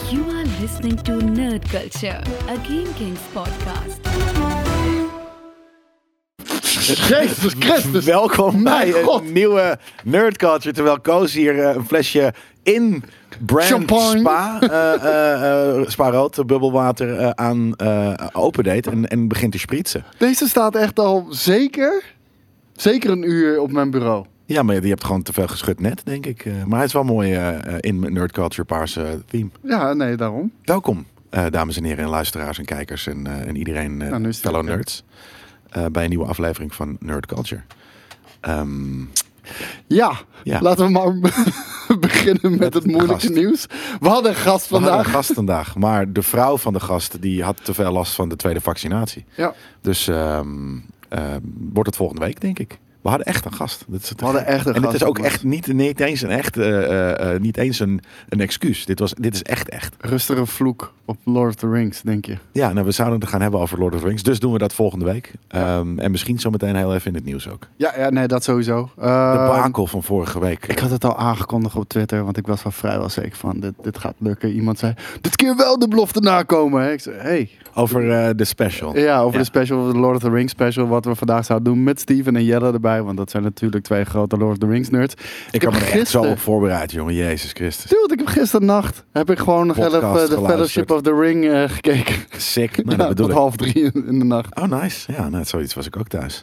You are listening to Nerd Culture, a Game Kings podcast. Jezus Christus. Welkom bij een nieuwe Nerd Culture. Terwijl Koos hier een flesje in brand Champagne. Spa rood, bubbelwater aan opendeed en begint te spritsen. Deze staat echt al zeker een uur op mijn bureau. Ja, maar je hebt gewoon te veel geschud net, denk ik. Maar hij is wel mooi in Nerd Culture paarse theme. Ja, nee, daarom. Welkom, dames en heren en luisteraars en kijkers en iedereen, nu is het fellow oké. nerds. Bij een nieuwe aflevering van Nerd Culture. Ja, Ja. laten we maar beginnen met het moeilijke gast. nieuws. We hadden een gast We hadden vandaag. een gast vandaag, maar de vrouw van de gast die had te veel last van de tweede vaccinatie. Ja, Dus wordt het volgende week, denk ik. We hadden echt een gast. Dat is we hadden echt een en gast. het is ook vandaag. echt niet eens een echt, niet eens een excuus. Dit is echt. Rustige vloek op Lord of the Rings, denk je. Ja, nou, we zouden het gaan hebben over Lord of the Rings. Dus doen we dat volgende week. En misschien zometeen heel even in het nieuws ook. Ja, nee, dat sowieso. De bakel van vorige week. Ik had het al aangekondigd op Twitter, want ik was wel vrijwel zeker van dit gaat lukken. Iemand zei, dit keer wel de belofte nakomen. Hè? Ik zei, hey. Over de special. Ja, over de special, de Lord of the Rings special, wat we vandaag zouden doen met Steven en Jelle erbij, want dat zijn natuurlijk twee grote Lord of the Rings nerds. Ik heb me er echt zo op voorbereid, jongen. Jezus Christus. Dude, ik heb gisternacht heb ik gewoon nog Podcast even de geluisterd. Fellowship of the Ring gekeken. Sick. Nou, Ja, dat bedoel tot ik. 2:30 in de nacht. Oh, nice. Ja, nou, zoiets was ik ook thuis.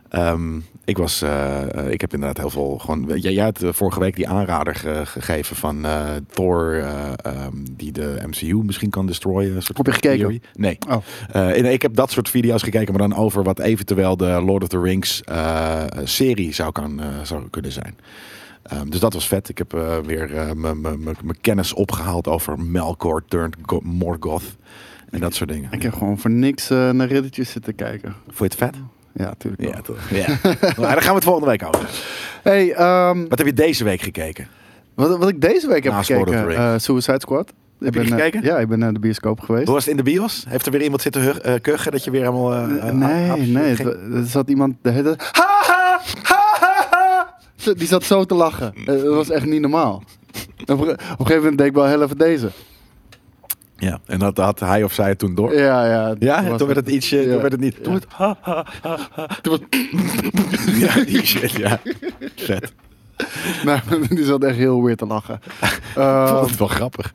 Ik heb inderdaad heel veel gewoon. Jij had vorige week die aanrader gegeven van Thor, die de MCU misschien kan destroyen. Een soort Heb je gekeken? theory. Nee. Oh. En ik heb dat soort video's gekeken, maar dan over wat eventueel de Lord of the Rings serie zou kunnen zijn. Dus dat was vet. Ik heb weer mijn kennis opgehaald over Melkor turned Morgoth en dat soort dingen. Ik heb gewoon voor niks naar riddertjes zitten kijken. Vond je het vet? Ja, natuurlijk wel. Ja, toch. Ja. Maar daar gaan we het volgende week over. Hey, Wat heb je deze week gekeken? wat ik deze week heb Naast Lord of the gekeken, Rings. Suicide Squad. Heb je gekeken? Ja, ik ben naar de bioscoop geweest. Hoe was het in de bios? Heeft er weer iemand zitten kuchen dat je weer helemaal... Nee. Er zat iemand de hele tijd, ha, ha, ha, ha. Die zat zo te lachen. Dat was echt niet normaal. Op een gegeven moment deed ik wel heel even deze. Ja, en dat had hij of zij het toen door. Ja. Ja, toen werd het ietsje... Ja. Toen werd het niet... Ja. Toen werd het... Ha, ha, ha, ha. Toen was- Ja, die shit, ja. Vet. Nou, die zat echt heel weird te lachen. Ik vond het wel grappig.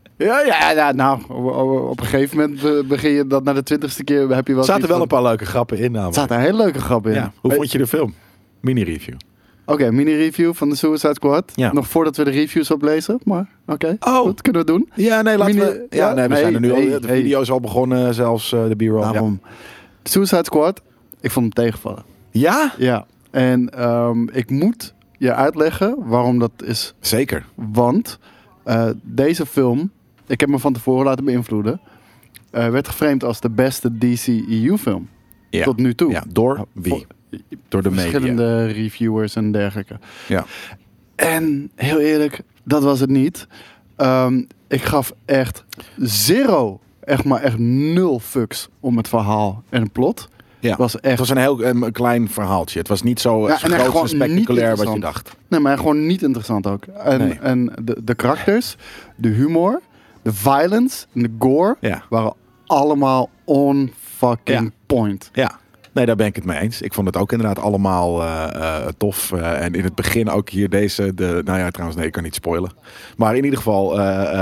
Ja, nou, op een gegeven moment begin je dat na de 20ste keer heb je wel... Er zaten zoiets wel van- een paar leuke grappen in Er namelijk. zaten hele leuke grappen in. Ja. Hoe vond je de film? Mini-review. Oké, mini-review van de Suicide Squad. Ja. Nog voordat we de reviews oplezen, maar oké. Oh. Goed, kunnen we doen. Ja, nee, laten Mini- we... Ja, nee, we zijn er nu al... De hey. video is al begonnen, zelfs de B-roll. Daarom. Suicide Squad, ik vond hem tegenvallen. Ja? Ja, en ik moet je uitleggen waarom dat is. Zeker. Want deze film, ik heb me van tevoren laten beïnvloeden, werd geframed als de beste DCEU-film. Ja. Tot nu toe. Ja, door wie? Door de media. Verschillende reviewers en dergelijke. Ja. En heel eerlijk, dat was het niet. Ik gaf echt zero, echt maar echt 0 fucks om het verhaal en het plot. Ja. Was echt... Het was een heel klein verhaaltje. Het was niet zo Ja, en echt groot gewoon en spectaculair niet wat je interessant. dacht. Nee, maar gewoon niet interessant ook. En, Nee. en de karakters, de humor, de violence en de gore Ja. waren allemaal on fucking Ja. point. Ja. Nee, daar ben ik het mee eens. Ik vond het ook inderdaad allemaal tof. En in het begin ook hier nou ja, trouwens, nee, ik kan niet spoilen. Maar in ieder geval,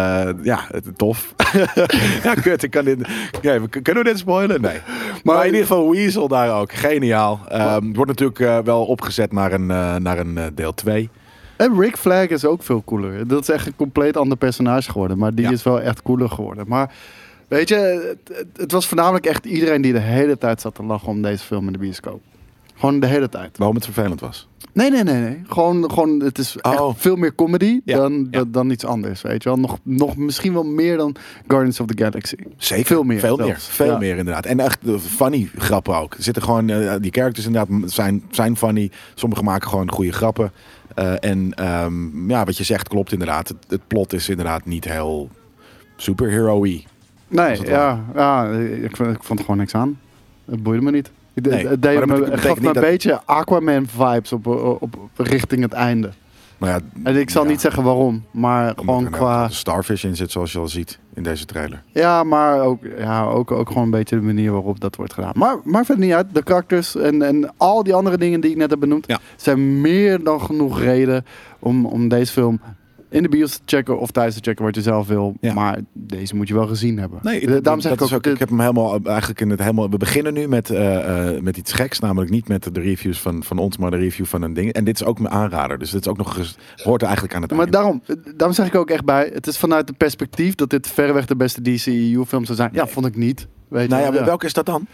tof. Ja, kut, ik kan dit... Kunnen we dit spoilen? Nee. Maar in ieder geval Weasel daar ook. Geniaal. Het wordt natuurlijk wel opgezet naar een deel 2. En Rick Flag is ook veel cooler. Dat is echt een compleet ander personage geworden. Maar die Ja. is wel echt cooler geworden. Maar weet je, het was voornamelijk echt iedereen die de hele tijd zat te lachen om deze film in de bioscoop. Gewoon de hele tijd. Waarom het vervelend was. Nee. Gewoon het is echt veel meer comedy Ja, dan iets anders, weet je wel. Nog misschien wel meer dan Guardians of the Galaxy. Zeker. Veel meer Veel zelfs. meer. Ja. Meer inderdaad. En echt funny grappen ook. Er zitten gewoon, die characters inderdaad zijn funny. Sommigen maken gewoon goede grappen. Wat je zegt klopt inderdaad. Het plot is inderdaad niet heel superhero-y. Nee, het ja, ik vond er gewoon niks aan. Het boeide me niet. Nee, Het maar dat gaf betekent me niet een dat- beetje Aquaman vibes op richting het einde. Nou ja, En ik zal niet zeggen waarom, maar gewoon qua... de Starfish in zit, zoals je al ziet in deze trailer. Ja, maar ook gewoon een beetje de manier waarop dat wordt gedaan. Maar maakt het niet uit. De karakters en al die andere dingen die ik net heb benoemd... zijn meer dan genoeg reden om deze film in de bios te checken of thuis te checken wat je zelf wil. Ja. Maar deze moet je wel gezien hebben. Nee, daarom zeg ik ook... Ik heb hem helemaal... We beginnen nu met iets geks. Namelijk niet met de reviews van ons, maar de review van een ding. En dit is ook mijn aanrader. Dus dit is ook nog hoort er eigenlijk aan het maar daarom zeg ik ook echt bij. Het is vanuit het perspectief dat dit verreweg de beste DCEU-film zou zijn. Nee. Ja, vond ik niet. Weet je, welke is dat dan?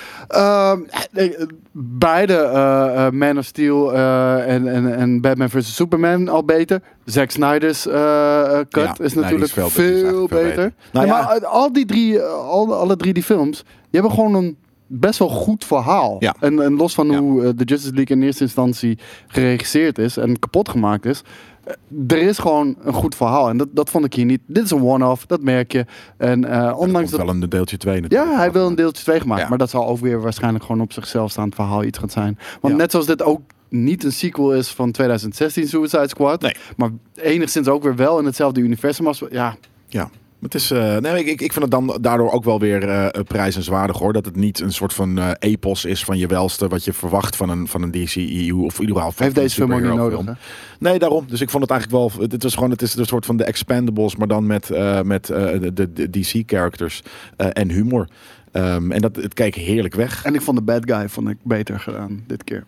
Beide Man of Steel en Batman vs. Superman al beter. Zack Snyder's cut is natuurlijk veel beter. Maar alle drie die films, die hebben gewoon een best wel goed verhaal. Ja. En los van hoe de Justice League in eerste instantie geregisseerd is en kapot gemaakt is, er is gewoon een goed verhaal. En dat vond ik hier niet. Dit is een one-off, dat merk je. En ondanks dat... wel een deeltje 2 natuurlijk. Ja, hij wil een deeltje 2 gemaakt. Ja. Maar dat zal ook weer waarschijnlijk gewoon op zichzelf staan het verhaal iets gaat zijn. Want net zoals dit ook niet een sequel is van 2016 Suicide Squad. Nee. Maar enigszins ook weer wel in hetzelfde universum als... Ja. Het is, ik vind het dan daardoor ook wel weer prijzenswaardig hoor. Dat het niet een soort van epos is van je welste wat je verwacht van een DCEU of in ieder geval. Heeft deze film ook niet nodig? Hè? Nee, daarom. Dus ik vond het eigenlijk wel. Het is een soort van de Expendables, maar dan met de DC characters en humor. En het keek heerlijk weg. En ik vond de bad guy beter gedaan dit keer.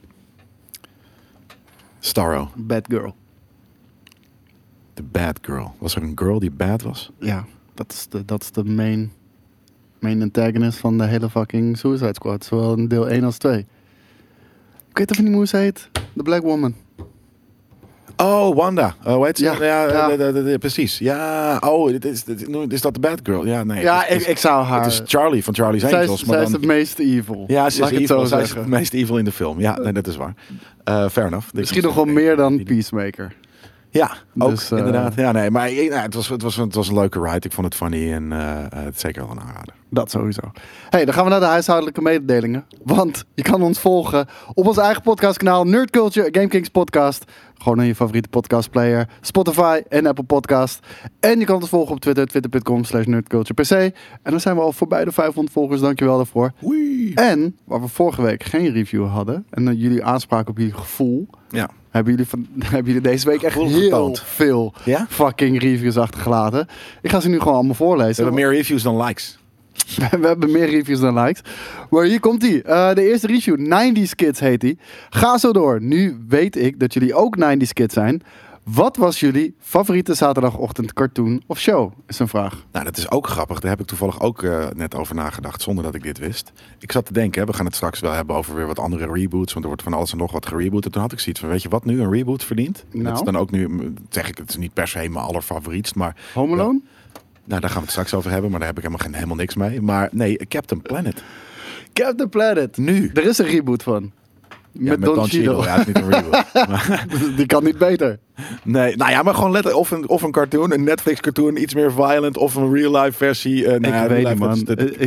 Starro. Bad girl. The bad girl. Was er een girl die bad was? Ja. Dat is de main antagonist van de hele fucking Suicide Squad. Zowel in deel 1 als 2. Ik weet even niet hoe ze heet. The Black Woman. Oh, Wanda. Hoe heet ze? Ja, precies. Ja, is dat de bad girl? Ja, nee. Ja, ik zou haar... Het is Charlie van Charlie's Angels. Zij is het meest evil. Ja, ze is evil. Zij is het meest evil in de film. Ja, nee, dat is waar. Fair enough. Misschien nog wel meer dan Peacemaker. Ja, ook dus, inderdaad. Ja, nee, maar het was een leuke ride. Ik vond het funny en het is zeker wel een aanrader. Dat sowieso. Hey, dan gaan we naar de huishoudelijke mededelingen. Want je kan ons volgen op ons eigen podcastkanaal Nerd Culture, GameKings podcast. Gewoon in je favoriete podcastplayer, Spotify en Apple Podcast. En je kan ons volgen op Twitter, twitter.com/nerdculturepc. En dan zijn we al voorbij de 500 volgers. Dankjewel daarvoor. Wee. En waar we vorige week geen review hadden en jullie aanspraken op jullie gevoel. Ja. Hebben jullie deze week echt heel veel fucking reviews achtergelaten. Ik ga ze nu gewoon allemaal voorlezen. We hebben meer reviews dan likes. We hebben meer reviews dan likes. Maar hier komt ie. De eerste review, 90s Kids heet die. Ga zo door. Nu weet ik dat jullie ook 90s Kids zijn. Wat was jullie favoriete zaterdagochtend cartoon of show? Is een vraag. Nou, dat is ook grappig. Daar heb ik toevallig ook net over nagedacht, zonder dat ik dit wist. Ik zat te denken, we gaan het straks wel hebben over weer wat andere reboots, want er wordt van alles en nog wat gereboot. En toen had ik zoiets van, weet je wat nu een reboot verdient? Nou. Dat is dan ook nu, zeg ik, het is niet per se mijn allerfavorietst, maar... Home Alone? Nou, daar gaan we het straks over hebben, maar daar heb ik helemaal niks mee. Maar nee, Captain Planet. Captain Planet. Nu. Er is een reboot van. Ja, met Don Cheadle. Ja, het is niet een reboot. Maar... Die kan niet beter. Nee, nou ja, maar gewoon letterlijk of een cartoon, een Netflix cartoon, iets meer violent, of een real life versie. Ik weet niet, man.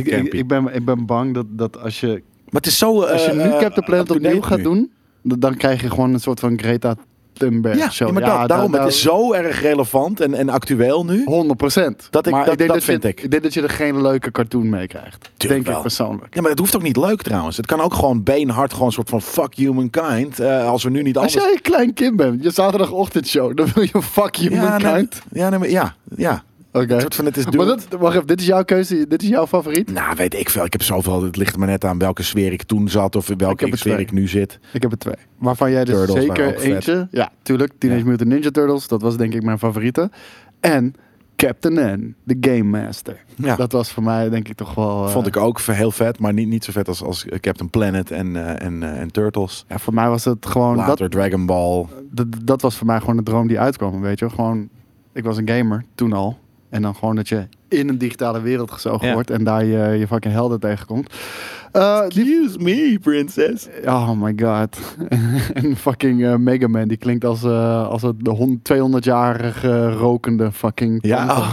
Ik ben bang dat als je... Maar het is zo... als je nu Captain Planet opnieuw gaat doen, dan krijg je gewoon een soort van Greta Thunberg show. Ja, maar daarom, het is zo erg relevant en actueel nu. 100%. Ik denk dat je er geen leuke cartoon mee krijgt. Denk ik persoonlijk. Ja, maar het hoeft ook niet leuk trouwens. Het kan ook gewoon beenhard, gewoon een soort van fuck humankind. Als we nu niet anders... Als jij een klein kind bent, je zaterdagochtendshow, dan wil je fuck humankind. Ja. Oké. Wacht even, dit is jouw keuze, dit is jouw favoriet? Nou, weet ik veel. Ik heb zoveel. Het ligt me net aan welke sfeer ik toen zat of welke sfeer ik nu zit. Ik heb er 2. Waarvan jij dus Turtles zeker eentje. Vet. Ja, tuurlijk. Teenage Mutant Ninja Turtles. Dat was denk ik mijn favoriete. En Captain N, de Game Master. Ja. Dat was voor mij denk ik toch wel... Vond ik ook heel vet, maar niet zo vet als Captain Planet en Turtles. Ja, voor mij was het gewoon... Later Dragon Ball. Dat was voor mij gewoon de droom die uitkwam, weet je. Gewoon, ik was een gamer, toen al. En dan gewoon dat je in een digitale wereld gezogen wordt en daar je fucking helden tegenkomt. Excuse me, princess. Oh my god. En fucking Mega Man, die klinkt als de 200-jarige rokende fucking... Ja,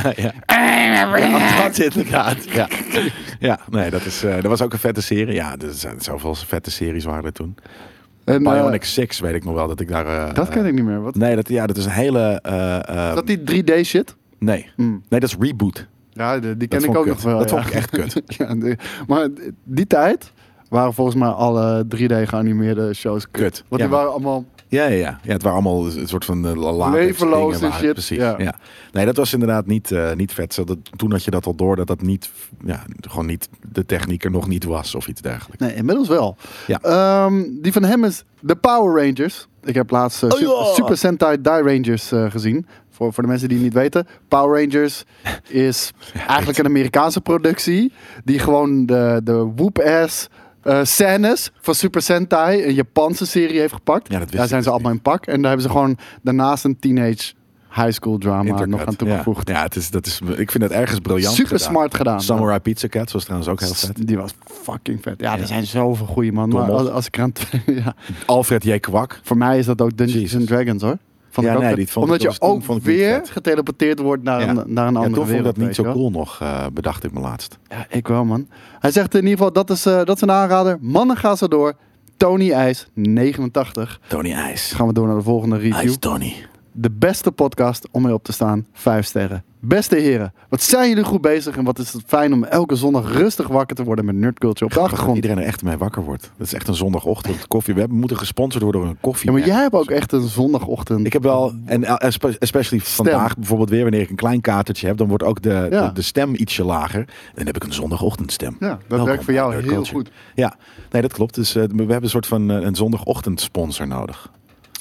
dat zit inderdaad. Ja, nee, dat was ook een vette serie. Ja, er zijn zoveel vette series waren er toen. En, Bionic 6 weet ik nog wel dat ik daar... dat ken ik niet meer. Wat? Nee, dat is een hele... Is dat die 3D shit? Nee. Nee, dat is Reboot. Ja, die ken ik ook nog wel. Dat vond ik echt kut. Ja, maar die tijd waren volgens mij alle 3D geanimeerde shows kut. Want die waren allemaal... Ja, het waren allemaal een soort van levenloos en shit. Precies, ja. Nee, dat was inderdaad niet vet. Toen had je dat al door dat niet, gewoon niet de techniek er nog niet was of iets dergelijks. Nee, inmiddels wel. Ja. Die van hem is de Power Rangers. Ik heb laatst Super Sentai Die Rangers gezien. Voor de mensen die het niet weten. Power Rangers is eigenlijk een Amerikaanse productie. Die gewoon de whoop-ass scènes van Super Sentai, een Japanse serie, heeft gepakt. Ja, daar zijn ze allemaal in pak. En daar hebben ze gewoon daarnaast een teenage high school drama nog aan toegevoegd. Ja, ik vind het ergens briljant Super smart gedaan. Samurai Pizza Cat was trouwens ook heel vet. Die was fucking vet. Ja, er zijn zoveel goede man. Maar als ik eraan... Alfred J. Kwak. Voor mij is dat ook Dungeons and Dragons, hoor. Omdat je ook weer geteleporteerd wordt naar een andere wereld. Toen vond ik dat niet zo cool nog, bedacht ik me laatst. Ja, ik wel, man. Hij zegt in ieder geval, dat is een aanrader. Mannen, gaan ze door. Tony IJs, 89. Tony IJs. Gaan we door naar de volgende review. IJs Tony. De beste podcast om mee op te staan. 5 sterren. Beste heren, wat zijn jullie goed bezig en wat is het fijn om elke zondag rustig wakker te worden met nerdculture op de achtergrond. Iedereen er echt mee wakker wordt. Dat is echt een zondagochtend koffie. We moeten gesponsord worden door een koffie. Ja, maar jij hebt ook echt een zondagochtend. Ik heb wel, en especially vandaag bijvoorbeeld weer, wanneer ik een klein katertje heb, dan wordt ook de stem ietsje lager. En dan heb ik een zondagochtendstem. Ja, dat werkt voor jou heel goed. Ja, nee, dat klopt. Dus we hebben een soort van een zondagochtend sponsor nodig.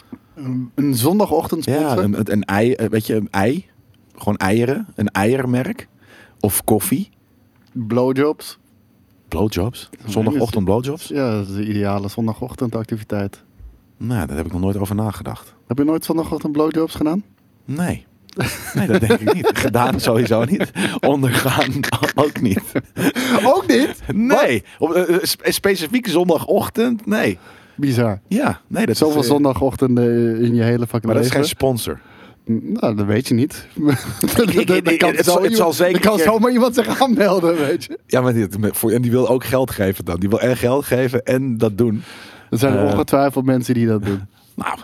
Een zondagochtend sponsor? Ja, een ei, weet je, een ei. Gewoon eieren, een eiermerk. Of koffie. Blowjobs. Blowjobs? Zondagochtend blowjobs? Ja, dat is de ideale zondagochtendactiviteit. Nou, daar heb ik nog nooit over nagedacht. Heb je nooit zondagochtend blowjobs gedaan? Nee. Nee, dat denk ik niet. Gedaan sowieso niet. Ondergaan ook niet. Ook niet? Nee. Op specifiek zondagochtend? Nee. Bizar. Ja. Nee, dat zoveel zondagochtenden in je hele fucking maar dat leven. is geen sponsor. Nou, dat weet je niet. Het kan zomaar iemand zich aanmelden, weet je. Ja, maar en die wil ook geld geven dan. Die wil en geld geven en dat doen. Er zijn ongetwijfeld mensen die dat doen. Nou,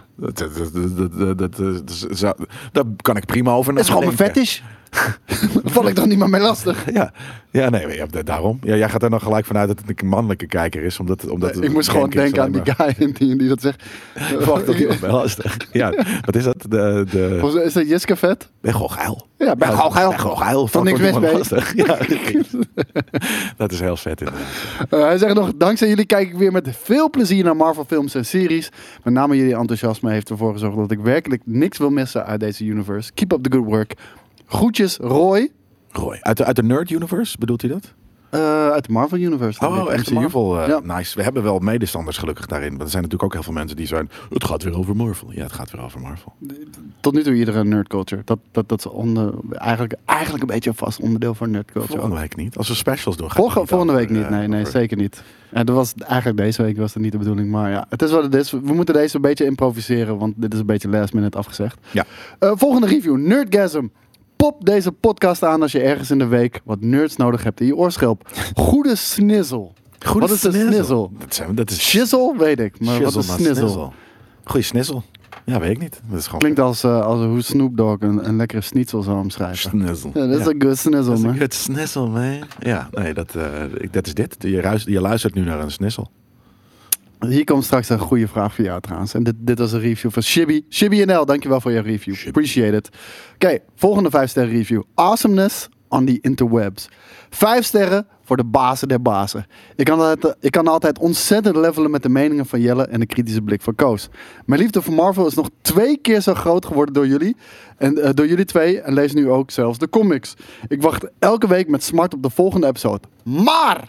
daar kan ik prima over nadenken. Het is gewoon mijn fetish. Daar val ik toch niet meer mee lastig. Ja, nee, daarom. Ja, jij gaat er nog gelijk vanuit dat het een mannelijke kijker is. Omdat ik moest gewoon denken aan die guy die dat zegt. Wacht, dat is wel lastig. Ja, wat is dat? Is dat Jiska Vet? Ben gewoon geil. Ja, ben gewoon geil. Ben gewoon geil. Van niks mis mee. Ja, dat is heel vet inderdaad. Hij zegt nog, dankzij jullie kijk ik weer met veel plezier naar Marvel films en series. Met name jullie enthousiasme heeft ervoor gezorgd dat ik werkelijk niks wil missen uit deze universe. Keep up the good work. Groetjes, Roy. Uit de Nerd Universe, bedoelt hij dat? Uit de Marvel Universe. Oh, echt Marvel. Nice. We hebben wel medestanders gelukkig daarin. Want er zijn natuurlijk ook heel veel mensen die zijn... Het gaat weer over Marvel. Ja, het gaat weer over Marvel. Tot nu toe iedere nerdculture. Dat is eigenlijk een beetje een vast onderdeel van nerdculture. Volgende week niet. Als we specials doen. Volgende week niet. Nee, zeker niet. En dat was eigenlijk deze week was dat niet de bedoeling. Maar ja, het is wat het is. We moeten deze een beetje improviseren. Want dit is een beetje last minute afgezegd. Ja. Volgende review. Nerdgasm. Pop deze podcast aan als je ergens in de week wat nerds nodig hebt in je oorschelp. Goede snizzel. Wat is een snizzel? Dat is shizzle, weet ik. Maar wat is snizzel? Goeie snizzel. Ja, weet ik niet. Dat is gewoon klinkt als hoe Snoop Dogg een lekkere schnitzel zou omschrijven. Snizzel. Ja, dat is een good snizzel, man. Dat is een good snizzel, man. Ja, nee, dat is dit. Je luistert nu naar een snizzel. Hier komt straks een goede vraag voor jou trouwens. En dit was een review van Shibby. Shibby NL, dankjewel voor je review. Shibby. Appreciate it. Oké, volgende 5-sterren review. Awesomeness on the interwebs. 5 sterren voor de bazen der bazen. Ik kan altijd ontzettend levelen met de meningen van Jelle en de kritische blik van Koos. Mijn liefde voor Marvel is nog 2 keer zo groot geworden door jullie. En door jullie 2 en lees nu ook zelfs de comics. Ik wacht elke week met smart op de volgende episode. Maar...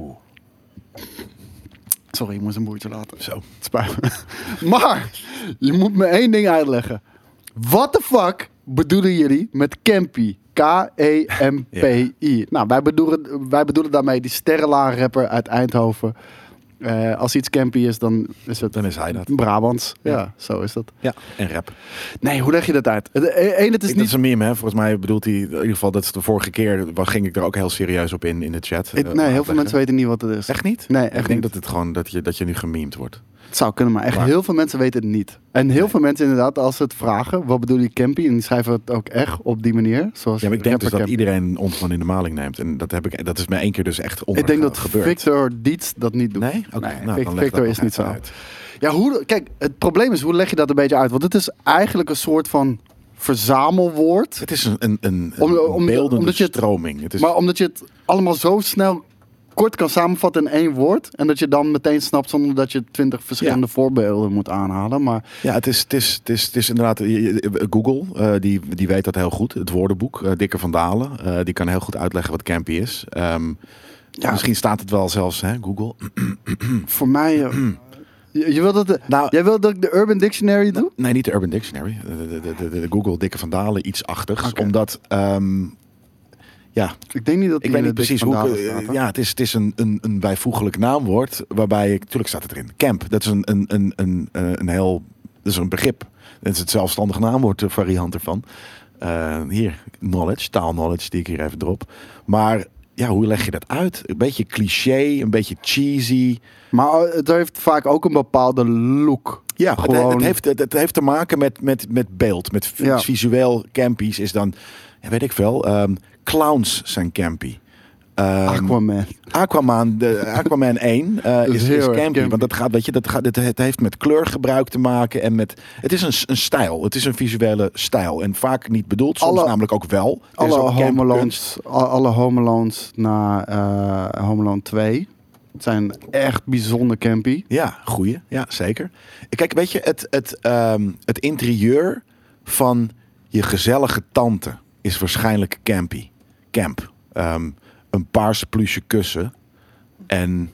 Sorry, ik moest een boertje laten. Zo. Het spijt me. Maar, je moet me 1 ding uitleggen. What the fuck bedoelen jullie met Campy? K-E-M-P-I. Ja. Nou, wij bedoelen daarmee die sterrenlaan-rapper uit Eindhoven. Als iets campy is, dan is hij dat. Brabants. Ja, zo is dat. Ja, en rap. Nee, hoe leg je dat uit? Dat is een meme, hè? Volgens mij bedoelt hij... In ieder geval, dat is de vorige keer... ging ik er ook heel serieus op in de chat. Nee, heel veel mensen weten niet wat het is. Echt niet? Nee, echt ik denk dat het gewoon... Dat je nu gememd wordt. Het zou kunnen, maar echt heel veel mensen weten het niet. En heel veel mensen inderdaad, als ze het vragen, wat bedoel je campy? En die schrijven het ook echt op die manier. Zoals maar ik denk dus dat iedereen ons van in de maling neemt. En dat is mij 1 keer dus echt Ik denk dat Victor Dietz dat niet doet. Nee? Okay. Nee, Victor is niet zo uit. Ja, kijk, het probleem is, hoe leg je dat een beetje uit? Want het is eigenlijk een soort van verzamelwoord. Het is een beeldende stroming. Het is... Maar omdat je het allemaal zo snel kort kan samenvatten in 1 woord. En dat je dan meteen snapt zonder dat je 20 verschillende voorbeelden moet aanhalen. Maar... Ja, het is inderdaad... Google, die weet dat heel goed. Het woordenboek, Dikke van Dalen. Die kan heel goed uitleggen wat campy is. Misschien staat het wel zelfs, hè, Google. Voor mij... jij wil dat ik de Urban Dictionary doe? Nee, niet de Urban Dictionary. De Google Dikke van Dalen, iets achtigs. Okay. Omdat... ik denk niet dat ik weet niet precies hoe. Het is een bijvoeglijk naamwoord waarbij natuurlijk staat het erin. Camp, dat is een heel, dat is een begrip. Dat is het zelfstandig naamwoord, de variant ervan. Hier knowledge, taalknowledge die ik hier even drop. Maar ja, hoe leg je dat uit? Een beetje cliché, een beetje cheesy. Maar het heeft vaak ook een bepaalde look. Ja, het heeft te maken met beeld, met visueel. Campies is dan, weet ik veel. Clowns zijn campy. Aquaman 1 is campy. Want dat gaat, het heeft met kleurgebruik te maken. En het is een stijl. Het is een visuele stijl. En vaak niet bedoeld. Soms namelijk ook wel. Alle Home Alones na Home Alone 2 zijn echt bijzonder campy. Ja, goeie. Ja, zeker. Kijk, weet je, het interieur van je gezellige tante is waarschijnlijk campy. Camp. Een paars pluche kussen en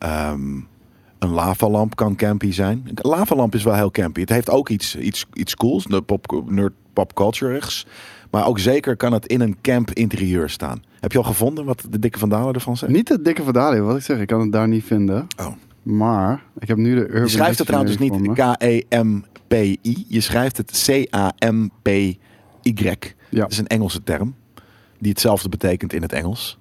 een lavalamp kan campy zijn. Een lavalamp is wel heel campy. Het heeft ook iets cools, nerd pop culture-igs. Maar ook zeker kan het in een camp interieur staan. Heb je al gevonden wat de Dikke van Dalen ervan zegt? Niet de Dikke van Dalen, wat ik zeg. Ik kan het daar niet vinden. Oh. Maar ik heb nu de Urban. Je schrijft het trouwens niet K-E-M-P-I. Je schrijft het C-A-M-P-Y. Dat is een Engelse term. Die hetzelfde betekent in het Engels.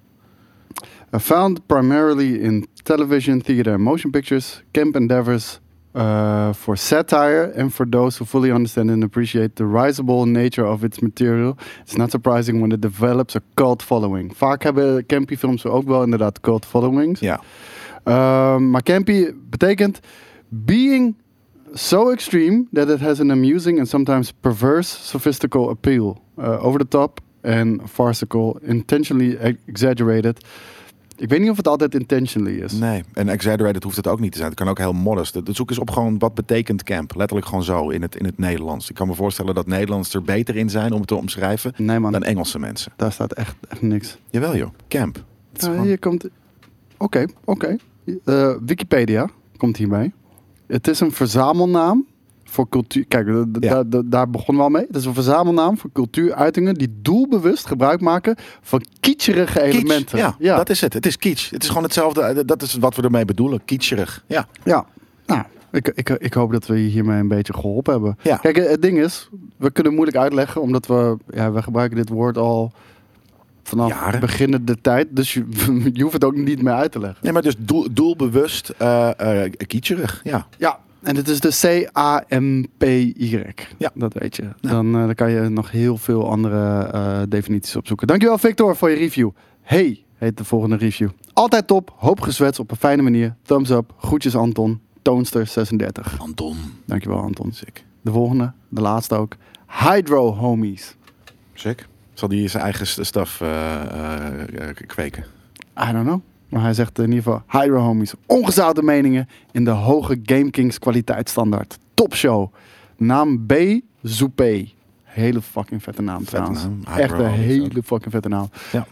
Found primarily in television, theater and motion pictures, camp endeavors for satire and for those who fully understand and appreciate the risible nature of its material. It's not surprising when it develops a cult following. Vaak hebben campy films ook wel inderdaad cult followings. Ja. Maar campy betekent being so extreme that it has an amusing and sometimes perverse sophistical appeal. Over the top and farcical, intentionally exaggerated. Ik weet niet of het altijd intentionally is. Nee, en exaggerated hoeft het ook niet te zijn. Het kan ook heel modest. Zoek eens op gewoon wat betekent camp. Letterlijk gewoon zo in het Nederlands. Ik kan me voorstellen dat Nederlanders er beter in zijn om het te omschrijven dan Engelse mensen. Daar staat echt niks. Jawel joh, camp. Hier komt... Oké. Wikipedia komt hierbij. Het is een verzamelnaam voor cultuur. Kijk, daar begonnen we al mee. Het is een verzamelnaam voor cultuuruitingen die doelbewust gebruik maken van kitscherige elementen. Ja, dat is het. Het is kitsch. Het is gewoon hetzelfde. Dat is wat we ermee bedoelen. Kitscherig. Ja. Nou, ik hoop dat we je hiermee een beetje geholpen hebben. Ja. Kijk, het ding is, we kunnen moeilijk uitleggen, omdat we gebruiken dit woord al vanaf beginnende tijd. Dus je hoeft het ook niet meer uit te leggen. Nee, maar dus doelbewust kitscherig. Ja. Ja. En het is de C-A-M-P-Y. Ja. Dat weet je. Ja. Dan kan je nog heel veel andere definities opzoeken. Dankjewel Victor voor je review. Hey, heet de volgende review. Altijd top, hoop gezwets op een fijne manier. Thumbs up, groetjes Anton, Toonster36. Anton. Dankjewel Anton. Sick. De volgende, de laatste ook. Hydro Homies. Sick. Zal die zijn eigen staf kweken? I don't know. Maar hij zegt in ieder geval, Hydro Homies, ongezouten meningen in de hoge GameKings kwaliteitsstandaard. Topshow. Naam B. Zoupé. Hele fucking vette naam trouwens. Echt een hele fucking vette naam. Ja.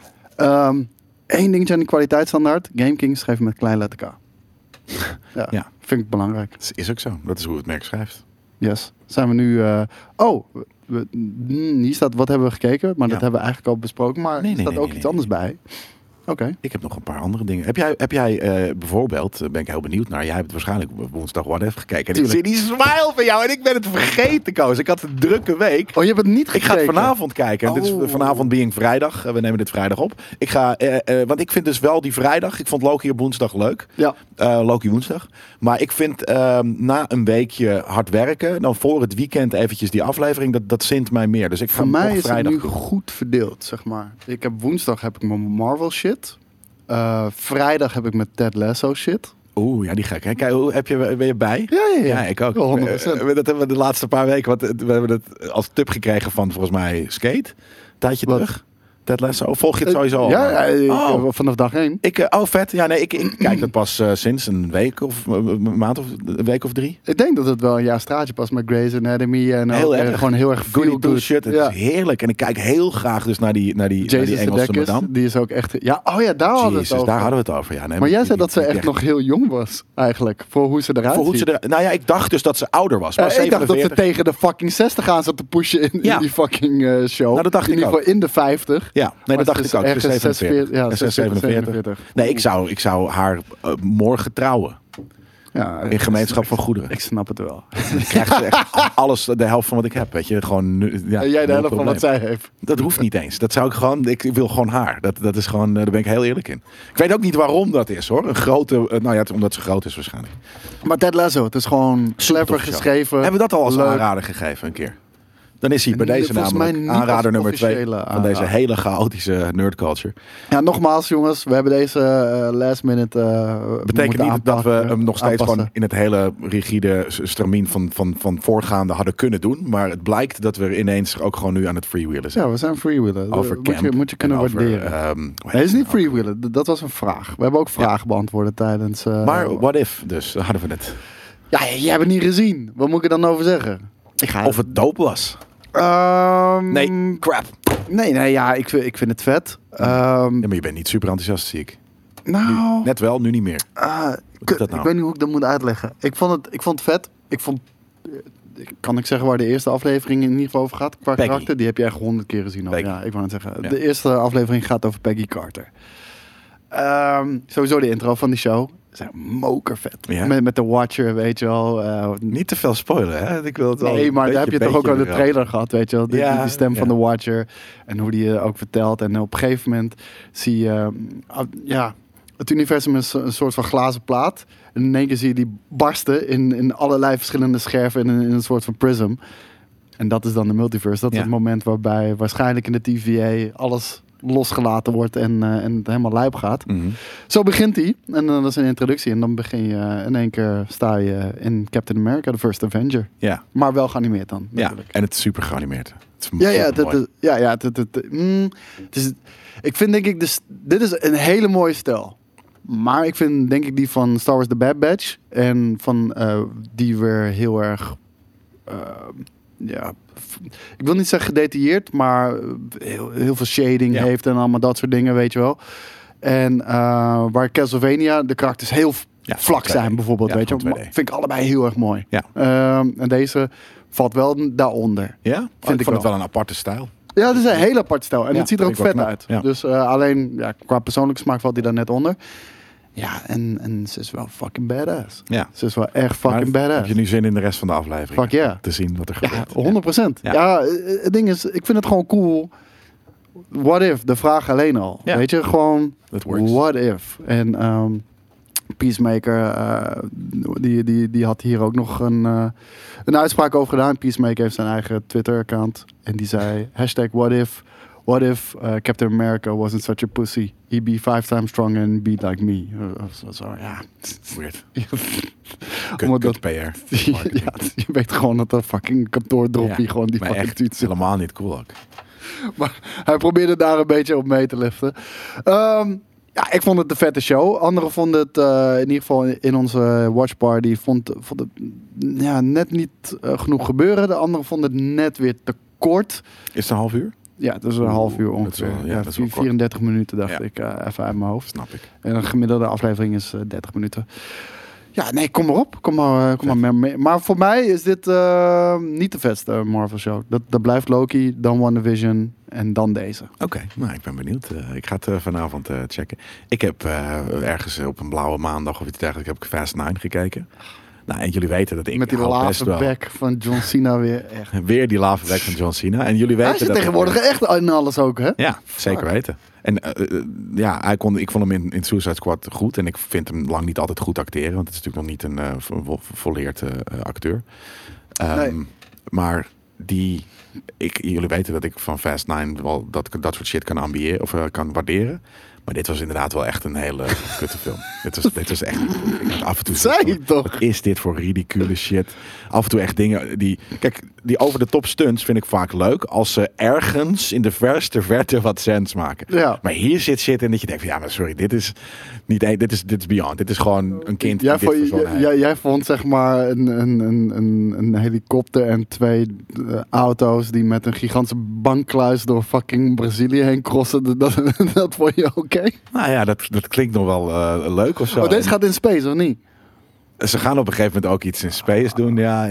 Eén dingetje aan die kwaliteitsstandaard. GameKings schrijven met klein letter K. Ja. Vind ik belangrijk. Dat is ook zo. Dat is hoe het merk schrijft. Yes. Zijn we nu... hier staat, wat hebben we gekeken? Maar dat hebben we eigenlijk al besproken. Maar er staat ook iets anders bij. Oké. Ik heb nog een paar andere dingen. Heb jij bijvoorbeeld, ben ik heel benieuwd naar, jij hebt waarschijnlijk woensdag What If gekeken. En ik zie die smile van jou en ik ben het vergeten, Koos. Ik had een drukke week. Oh, je hebt het niet gekeken? Ik ga het vanavond kijken. Dit is vanavond being vrijdag. We nemen dit vrijdag op. Ik ga, want ik vind dus wel die vrijdag. Ik vond Loki op woensdag leuk. Ja. Loki woensdag. Maar ik vind na een weekje hard werken, dan voor het weekend eventjes die aflevering, dat zint mij meer. Dus ik voor mij is het nu goed verdeeld, zeg maar. Woensdag heb ik mijn Marvel shit. Vrijdag heb ik mijn Ted Lasso shit. Oeh, ja, die gek. Kijk, ben je bij? Ja, ik ook. 100%. Dat hebben we de laatste paar weken. Want we hebben het als tip gekregen van volgens mij Skate. Tijdje terug. Ted Lasso. Volg je het sowieso al? Ja, vanaf dag 1. Vet. Ja, nee, ik kijk dat pas sinds een week of een maand of een week of 3. Ik denk dat het wel een jaar straatje past met Grey's Anatomy en gewoon heel erg goody shit. Het is heerlijk. En ik kijk heel graag dus naar die Engelse madame. Die is ook echt... Ja, daar hadden we het over. Daar hadden we het over, ja. Nee, maar jij zei dat ze echt nog heel jong was, eigenlijk. Voor hoe ze eruit ziet. Nou ja, ik dacht dus dat ze ouder was. Maar ik dacht dat ze tegen de fucking 60 aan zat te pushen in die fucking show. Nou, dat dacht in ieder geval in de 50. Ja, nee, dat dacht ik ook. 47. Nee, ik zou haar morgen trouwen. Ja, in gemeenschap van goederen. Ik snap het wel. Dan krijgt ze echt alles, de helft van wat ik heb. Weet je, gewoon. Ja, en jij de helft van wat zij heeft. Dat hoeft niet eens. Dat zou ik gewoon. Ik wil gewoon haar. Dat is gewoon. Daar ben ik heel eerlijk in. Ik weet ook niet waarom dat is, hoor. Een grote. Omdat ze groot is waarschijnlijk. Maar Ted Lasso, het is gewoon clever geschreven. Hebben we dat al als aanrader gegeven een keer? Dan is hij bij deze namelijk aanrader nummer 2 van deze hele chaotische nerdculture. Ja, nogmaals jongens, we hebben deze last minute betekent niet dat we hem nog steeds gewoon in het hele rigide stramien van voorgaande hadden kunnen doen. Maar het blijkt dat we ineens ook gewoon nu aan het freewheelen zijn. Ja, we zijn freewheelen. Moet je kunnen waarderen. Het is niet freewheelen, dat was een vraag. We hebben ook vragen beantwoord tijdens... maar what if dus, hadden we het. Ja, jij hebt het niet gezien. Wat moet ik er dan over zeggen? Of het dope was. Nee, crap. Nee, ja, ik vind het vet. Ja, maar je bent niet super enthousiast, zie ik. Nou... Nu, net wel, nu niet meer. Ik weet niet hoe ik dat moet uitleggen. Ik vond het vet. Kan ik zeggen waar de eerste aflevering in ieder geval over gaat? Qua karakter? Die heb je echt 100 keer gezien al. Ja, ik wou het zeggen. Ja. De eerste aflevering gaat over Peggy Carter. Sowieso de intro van die show. Zijn mokervet. Ja? Met de Watcher, weet je wel. Niet te veel spoilen, hè? Ik wil het nee, maar daar heb je toch ook al de trailer gehad, weet je wel. Die stem van de Watcher. En hoe die ook vertelt. En op een gegeven moment zie je... het universum is een soort van glazen plaat. En in één keer zie je die barsten in allerlei verschillende scherven in een soort van prism. En dat is dan de multiverse. Dat is het moment waarbij waarschijnlijk in de TVA alles losgelaten wordt en het helemaal lijp gaat. Mm-hmm. Zo begint hij. En dat is een introductie. En dan begin je in één keer sta je in Captain America, The First Avenger. Ja. Maar wel geanimeerd dan. Natuurlijk. Ja, en het is super geanimeerd. Ik vind denk ik, dit is een hele mooie stijl. Maar ik vind denk ik die van Star Wars The Bad Batch en van die weer heel erg ik wil niet zeggen gedetailleerd, maar heel veel shading heeft en allemaal dat soort dingen, weet je wel. En waar Castlevania de karakters heel vlak zijn bijvoorbeeld, weet je wel. Vind ik allebei heel erg mooi. Ja. En deze valt wel daaronder. Ja? Ik vond het wel een aparte stijl. Ja, het is een hele aparte stijl. En het ziet er ook vet uit. Ja. Dus alleen qua persoonlijke smaak valt hij daar net onder. Ja, en ze is wel fucking badass. Ja. Ze is wel echt fucking badass. Heb je nu zin in de rest van de aflevering? Fuck yeah. Te zien wat er gebeurt. Ja, 100%. Ja, het ding is, ik vind het gewoon cool. What if? De vraag alleen al. Ja. Weet je, gewoon what if? En Peacemaker, die had hier ook nog een uitspraak over gedaan. Peacemaker heeft zijn eigen Twitter-account. En die zei, What if Captain America wasn't such a pussy? He'd be 5 times stronger and be like me. Ja. Weird. Kut PR. Je weet gewoon dat er fucking kantoordroppie gewoon die fucking echt tweets. Helemaal niet cool ook. Maar hij probeerde daar een beetje op mee te liften. Ja, ik vond het een vette show. Anderen vonden het, in ieder geval in onze watchparty, vond het net niet genoeg gebeuren. De anderen vonden het net weer te kort. Is het een half uur? Ja, dat is een half uur ongeveer. Dat is 34 minuten dacht ik, even uit mijn hoofd. Snap ik. En een gemiddelde aflevering is 30 minuten. Ja, nee, kom maar op. Kom maar mee. Maar voor mij is dit niet de vetste Marvel show. Dat blijft Loki, dan WandaVision en dan deze. Oké, nou, ik ben benieuwd. Ik ga het vanavond checken. Ik heb ergens op een blauwe maandag of iets dergelijks heb ik Fast 9 gekeken. Nou, en jullie weten dat ik met die lave bek van John Cena weer echt. Weer die lave bek van John Cena. En jullie weten hij zit tegenwoordig echt in alles ook, hè? Ja, zeker weten. En ik vond hem in Suicide Squad goed. En ik vind hem lang niet altijd goed acteren. Want het is natuurlijk nog niet een volleerd acteur. Nee. Maar jullie weten dat ik van Fast 9 wel dat soort shit kan ambiëren of kan waarderen. Maar dit was inderdaad wel echt een hele kutte film. Dit was echt... af en toe zei ik toch? Wat is dit voor ridicule shit? Af en toe echt dingen die... Kijk, die over de top stunts vind ik vaak leuk. Als ze ergens in de verste verte wat sens maken. Ja. Maar hier zit shit in dat je denkt van... Ja, maar sorry, dit is beyond. Dit is gewoon een kind jij vond zeg maar een helikopter en 2 auto's die met een gigantische bankkluis door fucking Brazilië heen crossen. Dat vond je oké? Nou ja, dat klinkt nog wel leuk of zo. Oh, deze gaat in space, of niet? Ze gaan op een gegeven moment ook iets in space doen, ja.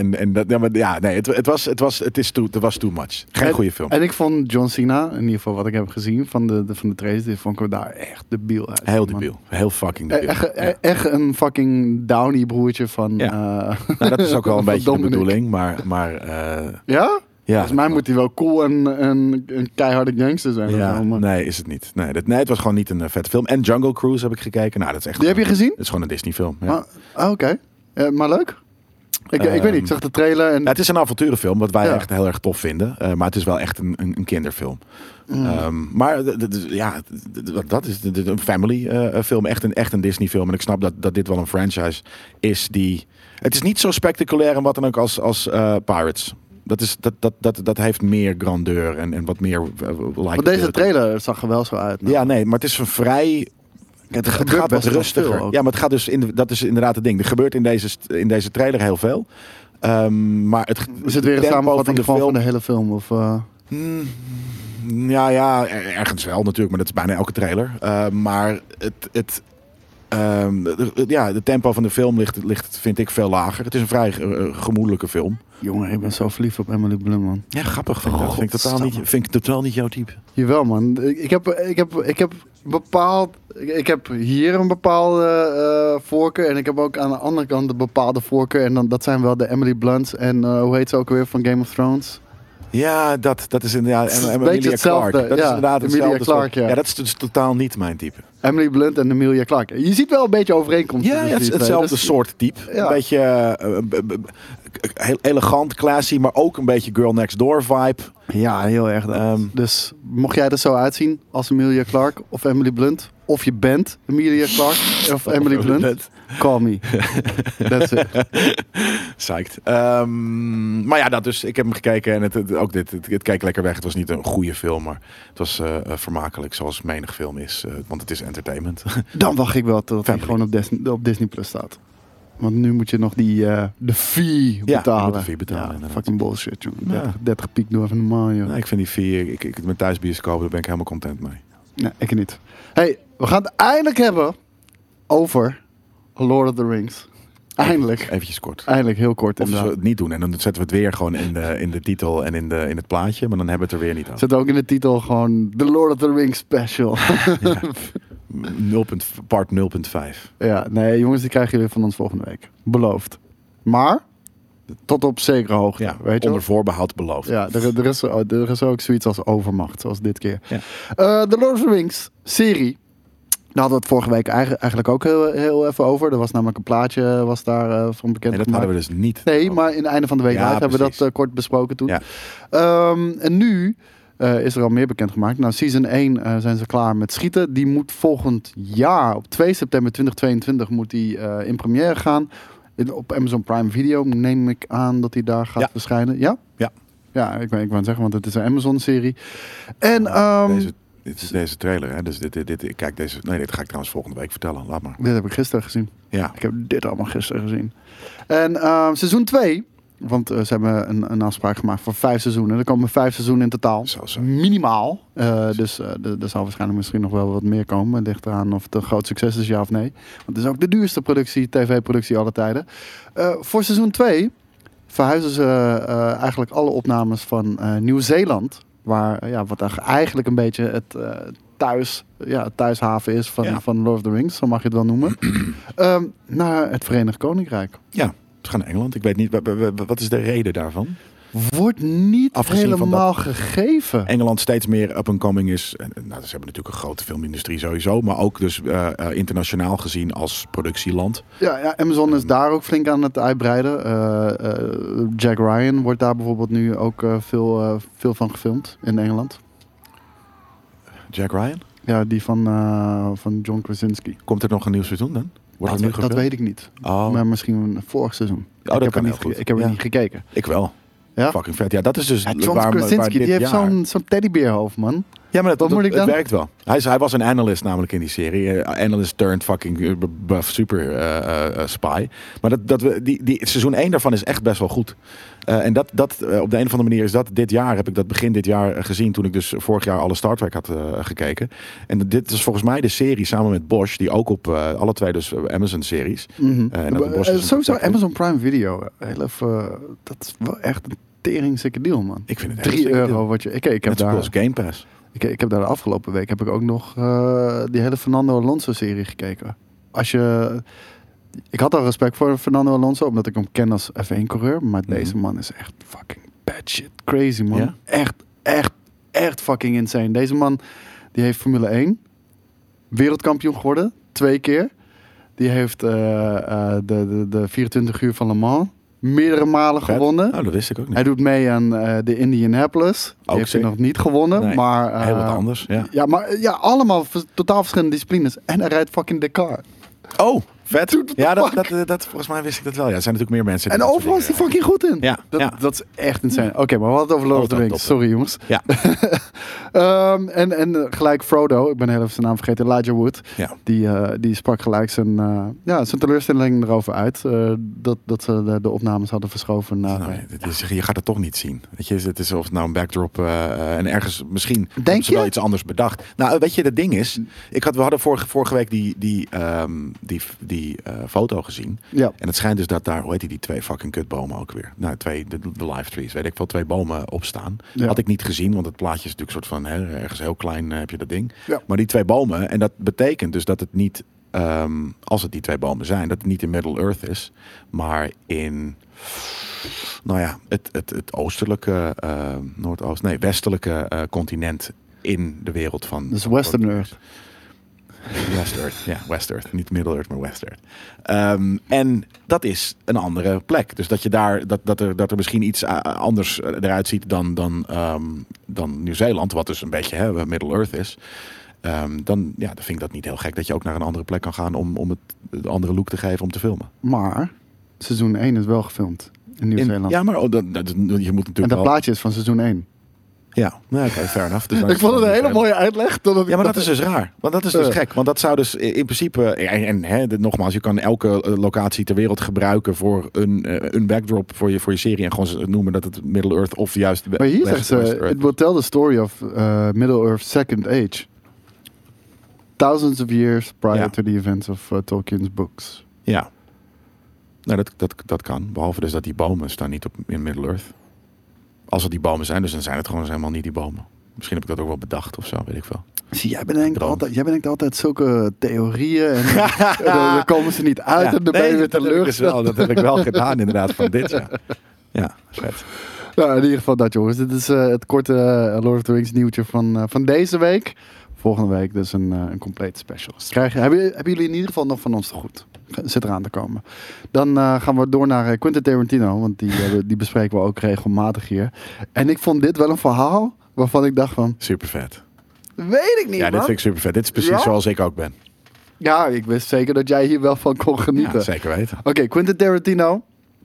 Het was too much. Geen goede film. En ik vond John Cena, in ieder geval wat ik heb gezien van de trailers, die vond ik daar echt debiel uit. Heel debiel. Heel fucking debiel. Echt een fucking Downey broertje van... Ja. Nou, dat is ook wel een beetje de bedoeling, maar ja? Ja, volgens mij moet hij wel cool en een keiharde gangster zijn. Ja, nee, is het niet. Nee, het was gewoon niet een vet film. En Jungle Cruise heb ik gekeken. Nou, dat is echt. Die heb je gezien? Het is gewoon een Disney film. Ja. Oké. Maar leuk? Ik weet niet, ik zag de trailer. En... Ja, het is een avonturenfilm, wat wij echt heel erg tof vinden. Maar het is wel echt een kinderfilm. Maar dat is een family film. Echt een Disney film. En ik snap dat dit wel een franchise is die... Het is niet zo spectaculair en wat dan ook als Pirates. Dat heeft meer grandeur en wat meer maar deze trailer zag er wel zo uit. Nou. Ja, nee, maar het is een vrij... Het gaat wat rustiger. Ja, maar het gaat dus dat is inderdaad het ding. Er gebeurt in deze trailer heel veel. Maar is het weer een samenvatting van de hele film? Of, Ja, ergens wel natuurlijk, maar dat is bijna elke trailer. Maar de tempo van de film ligt, vind ik, veel lager. Het is een vrij gemoedelijke film. Jongen, ik ben zo verliefd op Emily Blunt, man. Ja, grappig. Vind ik totaal niet jouw type. Jawel, man. Ik heb hier een bepaalde voorkeur. En ik heb ook aan de andere kant een bepaalde voorkeur. En dat zijn wel de Emily Blunts. En hoe heet ze ook weer van Game of Thrones? Ja, dat is inderdaad Emilia Clarke. Dat is inderdaad Emilia Clarke, ja, dat is dus totaal niet mijn type. Emily Blunt en Emilia Clarke. Je ziet wel een beetje overeenkomst. Ja, het is hetzelfde soort type. Ja. Een beetje heel elegant, classy, maar ook een beetje girl next door vibe. Ja, heel erg. Dus mocht jij er zo uitzien als Emilia Clarke of Emily Blunt, of je bent Emilia Clarke of Emily Blunt, call me. That's it. Psyched. Maar ja, dus. Ik heb hem gekeken en het keek lekker weg. Het was niet een goede film, maar het was vermakelijk, zoals menig film is. Want het is entertainment. Dan wacht ik wel tot hij gewoon op Disney Plus staat. Want nu moet je nog de fee betalen. Ja, de fee betalen. Ja, fucking bullshit, jongen. 30 piek door even normaal, joh. Nee, ik vind die fee, ik mijn thuisbioscoop, daar ben ik helemaal content mee. Nee, ik niet. Hey, we gaan het eindelijk hebben over Lord of the Rings. Eindelijk. Eventjes kort. Eindelijk, heel kort. Of we het niet doen en dan zetten we het weer gewoon in de titel en in het plaatje, maar dan hebben we het er weer niet aan. Zet ook in de titel gewoon The Lord of the Rings Special. Ja. Part 0.5. Ja, nee jongens, die krijgen jullie van ons volgende week. Beloofd. Maar tot op zekere hoogte. Ja, weet je onder voorbehoud beloofd. Ja, er is ook zoiets als overmacht, zoals dit keer. Ja. The Lord of the Rings serie. Daar hadden we het vorige week eigenlijk ook heel even over. Er was namelijk een plaatje van bekend. Nee, dat hadden we dus niet. Nee, maar in het einde van de week hebben we dat kort besproken toen. Ja. En nu is er al meer bekend gemaakt. Nou, season 1 zijn ze klaar met schieten. Die moet volgend jaar, op 2 september 2022, moet die in première gaan. Op Amazon Prime Video neem ik aan dat hij daar gaat verschijnen. Ja? Ja. Ja, ik wou het zeggen, want het is een Amazon-serie. En dit is deze trailer, hè? Dus dit ga ik trouwens volgende week vertellen. Laat maar. Dit heb ik gisteren gezien. Ja. Ik heb dit allemaal gisteren gezien. En seizoen 2 Want ze hebben een afspraak gemaakt voor 5 seizoenen. Er komen 5 seizoenen in totaal. Zo. Minimaal. Dus er zal waarschijnlijk misschien nog wel wat meer komen. Het ligt eraan of het een groot succes is, ja of nee. Want het is ook de duurste tv-productie aller tijden. Voor seizoen 2 verhuizen ze eigenlijk alle opnames van Nieuw-Zeeland. Wat eigenlijk een beetje het thuishaven is van Lord of the Rings. Zo mag je het wel noemen. Naar het Verenigd Koninkrijk. Ja. Ze gaan naar Engeland. Ik weet niet, wat is de reden daarvan? Wordt niet helemaal gegeven. Engeland steeds meer up and coming is. Ze hebben natuurlijk een grote filmindustrie sowieso. Maar ook dus internationaal gezien als productieland. Ja, Amazon is daar ook flink aan het uitbreiden. Jack Ryan wordt daar bijvoorbeeld nu ook veel van gefilmd in Engeland. Jack Ryan? Ja, die van John Krasinski. Komt er nog een nieuw seizoen dan? Dat weet ik niet. Oh. Maar misschien een vorig seizoen. Ik heb er niet gekeken. Ik wel. Ja? Fucking vet. Ja, dat is dus John Krasinski, die heeft zo'n teddybeerhoofd, man. Ja, maar het werkt wel. Hij was een analyst namelijk in die serie. Analyst turned fucking buff super spy. Maar die seizoen 1 daarvan is echt best wel goed. En dat op de een of andere manier is dat dit jaar, heb ik dat begin dit jaar gezien toen ik dus vorig jaar alle Star Trek had gekeken. En dit is volgens mij de serie samen met Bosch, die ook op alle twee dus Amazon series. Sowieso Amazon Prime Video. Dat is wel echt een teringsikke deal, man. Ik vind het €3 wat je... Ik heb daar Game Pass. Ik heb daar de afgelopen week heb ik ook nog die hele Fernando Alonso serie gekeken. Ik had al respect voor Fernando Alonso, omdat ik hem ken als F1-coureur. Maar deze man is echt fucking bad shit crazy, man. Ja? Echt fucking insane. Deze man, die heeft Formule 1 wereldkampioen geworden. 2 keer. Die heeft de 24 uur van Le Mans meerdere malen gewonnen. Oh, dat wist ik ook niet. Hij doet mee aan de Indianapolis. Die heeft hij nog niet gewonnen. Nee, maar, heel wat anders. Ja. Maar allemaal totaal verschillende disciplines. En hij rijdt fucking Dakar. Oh, vet. Ja, dat volgens mij wist ik dat wel. Ja, er zijn natuurlijk meer mensen. En overal is hij fucking goed in. Ja, dat is echt insane. Oké, maar we hadden het over Lord of the Rings. Sorry, jongens. Ja. En gelijk Frodo, ik ben heel even zijn naam vergeten, Elijah Wood. Ja. Die sprak gelijk zijn teleurstelling erover uit. Dat ze de opnames hadden verschoven naar... je gaat het toch niet zien. Weet je, het is of het nou een backdrop en ergens misschien Denk je? Wel iets anders bedacht. Nou, weet je, het ding is, we hadden vorige week die foto gezien. Ja. En het schijnt dus dat daar, hoe heet die 2 fucking kutbomen ook weer? Nou, de live trees, weet ik wel, 2 bomen opstaan. Ja. Had ik niet gezien, want het plaatje is natuurlijk een soort van, ergens heel klein heb je dat ding. Ja. Maar die 2 bomen, en dat betekent dus dat het niet, als het die 2 bomen zijn, dat het niet in Middle Earth is, maar in, het oostelijke, westelijke continent in de wereld van... Dus Western Earth. West Earth, ja, West Earth. Niet Middle Earth, maar West Earth. En dat is een andere plek. Dus dat je daar, dat er misschien iets anders eruit ziet dan Nieuw-Zeeland, wat dus een beetje Middle Earth is. Dan vind ik dat niet heel gek dat je ook naar een andere plek kan gaan om het de andere look te geven om te filmen. Maar seizoen 1 is wel gefilmd in Nieuw-Zeeland. Ja, maar je moet natuurlijk en dat plaatje is van seizoen 1. Ja, oké, fair enough. Dus ik vond het een hele mooie uitleg. Maar dat is dus raar. Want dat is dus gek. Want dat zou dus in principe... nogmaals, je kan elke locatie ter wereld gebruiken voor een backdrop voor je serie. En gewoon noemen dat het Middle Earth of juist... Maar hier zegt ze... It will tell the story of Middle Earth's second age. Thousands of years prior to the events of Tolkien's books. Ja. Nou, dat kan. Behalve dus dat die bomen staan niet in Middle Earth. Als het die bomen zijn, dus dan zijn het gewoon helemaal niet die bomen. Misschien heb ik dat ook wel bedacht of zo, weet ik veel. Zie, jij bedenkt altijd zulke theorieën en dan komen ze niet uit en dan ben je weer teleurgesteld. Dat heb ik wel gedaan inderdaad van dit, ja. Ja, vet. Nou, in ieder geval dat, jongens. Dit is het korte Lord of the Rings nieuwtje van deze week. Volgende week dus een complete special. Hebben jullie in ieder geval nog van ons te goed? Zit eraan te komen. Dan gaan we door naar Quentin Tarantino. Want die bespreken we ook regelmatig hier. En ik vond dit wel een verhaal waarvan ik dacht van... Super vet. Weet ik niet, man. Dit vind ik super vet. Dit is precies zoals ik ook ben. Ja, ik wist zeker dat jij hier wel van kon genieten. Ja, zeker weten. Oké, Quentin Tarantino.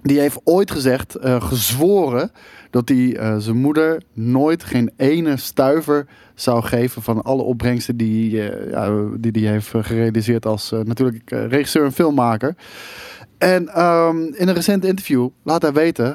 Die heeft ooit gezegd, gezworen, dat hij zijn moeder nooit geen ene stuiver zou geven van alle opbrengsten die hij heeft gerealiseerd als natuurlijk regisseur en filmmaker. En in een recent interview laat hij weten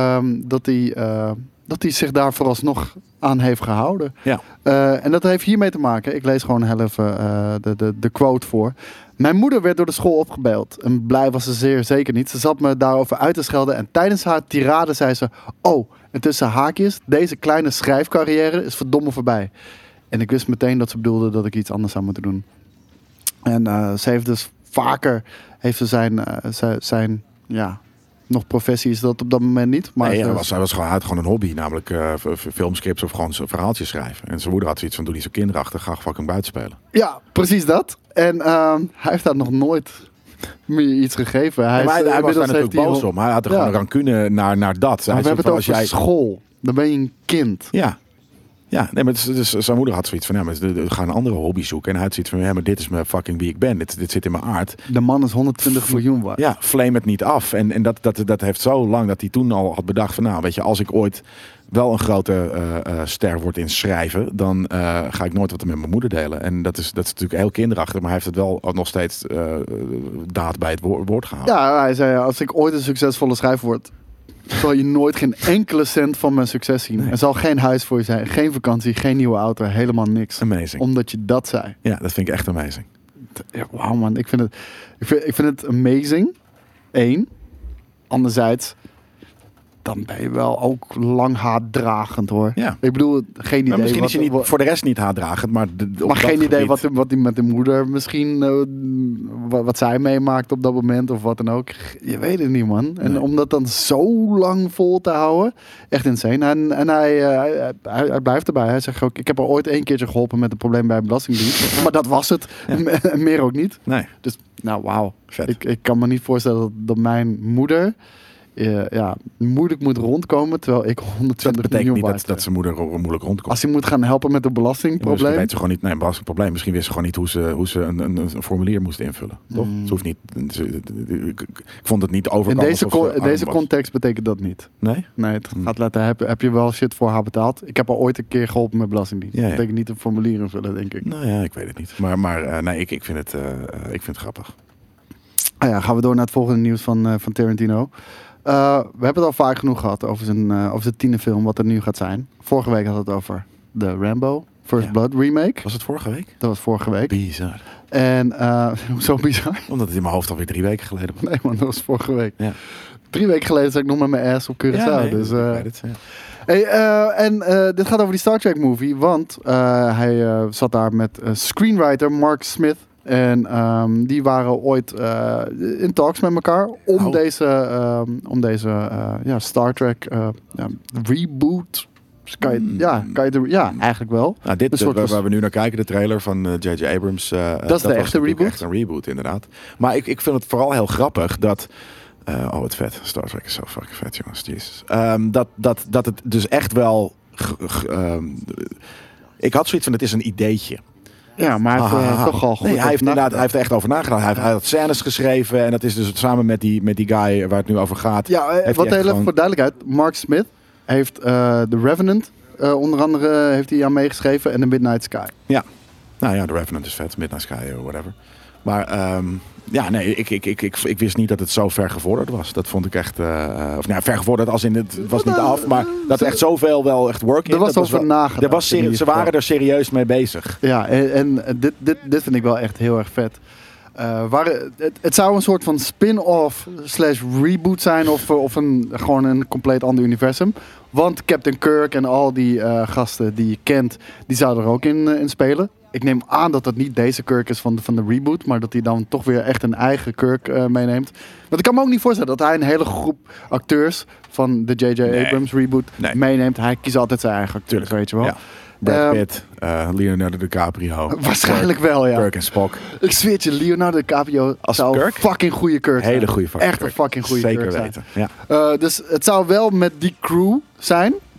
dat hij zich daar vooralsnog aan heeft gehouden. Ja. En dat heeft hiermee te maken. Ik lees gewoon heel even de quote voor. Mijn moeder werd door de school opgebeld. En blij was ze zeer zeker niet. Ze zat me daarover uit te schelden. En tijdens haar tirade zei ze... Oh, en tussen haakjes, deze kleine schrijfcarrière is verdomme voorbij. En ik wist meteen dat ze bedoelde dat ik iets anders zou moeten doen. En ze heeft dus vaker... Heeft ze zijn nog professie is dat op dat moment niet. Maar nee, hij had gewoon een hobby, namelijk filmscripts of gewoon verhaaltjes schrijven. En zijn moeder had zoiets van, doe niet zo kinderachtig, ga fucking buiten spelen. Ja, precies dat. En hij heeft daar nog nooit meer iets gegeven. Hij was daar natuurlijk boos om. Hij had er gewoon rancune naar dat. Maar we hebben het over school. Dan ben je een kind. Ja. Ja, nee, maar dus zijn moeder had zoiets van, ja, maar we gaan een andere hobby zoeken. En hij had zoiets van, ja, maar dit is mijn fucking wie ik ben. Dit zit in mijn aard. De man is 120 miljoen waard. Ja, flame het niet af. En dat heeft zo lang dat hij toen al had bedacht van, nou, weet je, als ik ooit wel een grote ster word in schrijven, dan ga ik nooit wat met mijn moeder delen. En dat is natuurlijk heel kinderachtig, maar hij heeft het wel nog steeds daad bij het woord gehouden. Ja, hij zei, als ik ooit een succesvolle schrijver word, zal je nooit geen enkele cent van mijn succes zien. Nee. Er zal geen huis voor je zijn, geen vakantie, geen nieuwe auto, helemaal niks. Amazing. Omdat je dat zei. Ja, dat vind ik echt amazing. Ja, wauw man, ik vind het amazing. Eén. Anderzijds, dan ben je wel ook lang haatdragend hoor. Ja. Ik bedoel, geen idee. Maar misschien is je niet voor de rest niet haatdragend, maar geen idee wat hij met de moeder misschien, wat zij meemaakt op dat moment of wat dan ook. Je weet het niet, man. En om dat dan zo lang vol te houden, echt insane. En hij blijft erbij. Hij zegt ook, ik heb er ooit 1 keertje geholpen met een probleem bij Belastingdienst, maar dat was het. Ja. Meer ook niet. Nee. Dus, nou, wauw. Ik kan me niet voorstellen dat mijn moeder moeilijk moet rondkomen, terwijl ik 120 miljoen waard niet dat zijn moeder moeilijk rondkomt. Als hij moet gaan helpen met een belastingprobleem. Weet ze gewoon niet, belastingprobleem. Misschien wist ze gewoon niet hoe ze een formulier moest invullen. Toch? Ze hoeft niet. Ik vond het niet overkomen. In deze context betekent dat niet. Nee? Nee, het gaat letten. Heb je wel shit voor haar betaald? Ik heb al ooit een keer geholpen met Belastingdienst. Dat betekent niet een formulier invullen, denk ik. Nou ja, ik weet het niet. Maar nee, ik vind het grappig. Gaan we door naar het volgende nieuws van Tarantino. We hebben het al vaak genoeg gehad over zijn tienerfilm, wat er nu gaat zijn. Vorige week had het over de Rambo First Blood remake. Was het vorige week? Dat was vorige week. Bizar. En hoezo bizar? Omdat het in mijn hoofd alweer 3 weken geleden was. Nee man, dat was vorige week. Ja. 3 weken geleden zat ik nog met mijn ass op Curaçao. Ja, nee, dus, het, dit gaat over die Star Trek movie, want hij zat daar met screenwriter Mark Smith. En die waren ooit in talks met elkaar om deze Star Trek reboot. Eigenlijk wel. Nou, dit waar we nu naar kijken, de trailer van J.J. Abrams. Dat is de echte reboot. Echt een reboot, inderdaad. Maar ik vind het vooral heel grappig dat. Wat vet. Star Trek is zo fucking vet, jongens. Jezus. Dat het dus echt wel. Ik had zoiets van: het is een ideetje. Ja, maar hij heeft toch al goed. Nee, hij heeft er echt over nagedacht. Hij had scènes geschreven en dat is dus samen met die guy waar het nu over gaat. Ja, wat heel even voor duidelijkheid. Mark Smith heeft The Revenant onder andere heeft hij aan meegeschreven en The Midnight Sky. Ja, nou ja, The Revenant is vet. Midnight Sky, whatever. Maar ik wist niet dat het zo ver gevorderd was. Dat vond ik echt... ver gevorderd als in het was niet af, maar dat er echt zoveel wel echt work in. Er was over nagedacht. Ze waren er serieus mee bezig. Ja, en dit vind ik wel echt heel erg vet. Het zou een soort van spin-off / reboot zijn of gewoon een compleet ander universum. Want Captain Kirk en al die gasten die je kent, die zouden er ook in spelen. Ik neem aan dat dat niet deze Kirk is van de reboot, maar dat hij dan toch weer echt een eigen Kirk meeneemt. Want ik kan me ook niet voorstellen dat hij een hele groep acteurs van de J.J. Abrams reboot meeneemt. Hij kiest altijd zijn eigen acteurs, weet je wel. Ja. Brad Pitt, Leonardo DiCaprio. Waarschijnlijk wel, ja. Kirk en Spock. Ik zweer het je, Leonardo DiCaprio als zou Kirk? Fucking goede Kirk Hele goede fucking Echt een fucking goede Zeker Kirk weten, ja. Dus het zou wel met die crew zijn.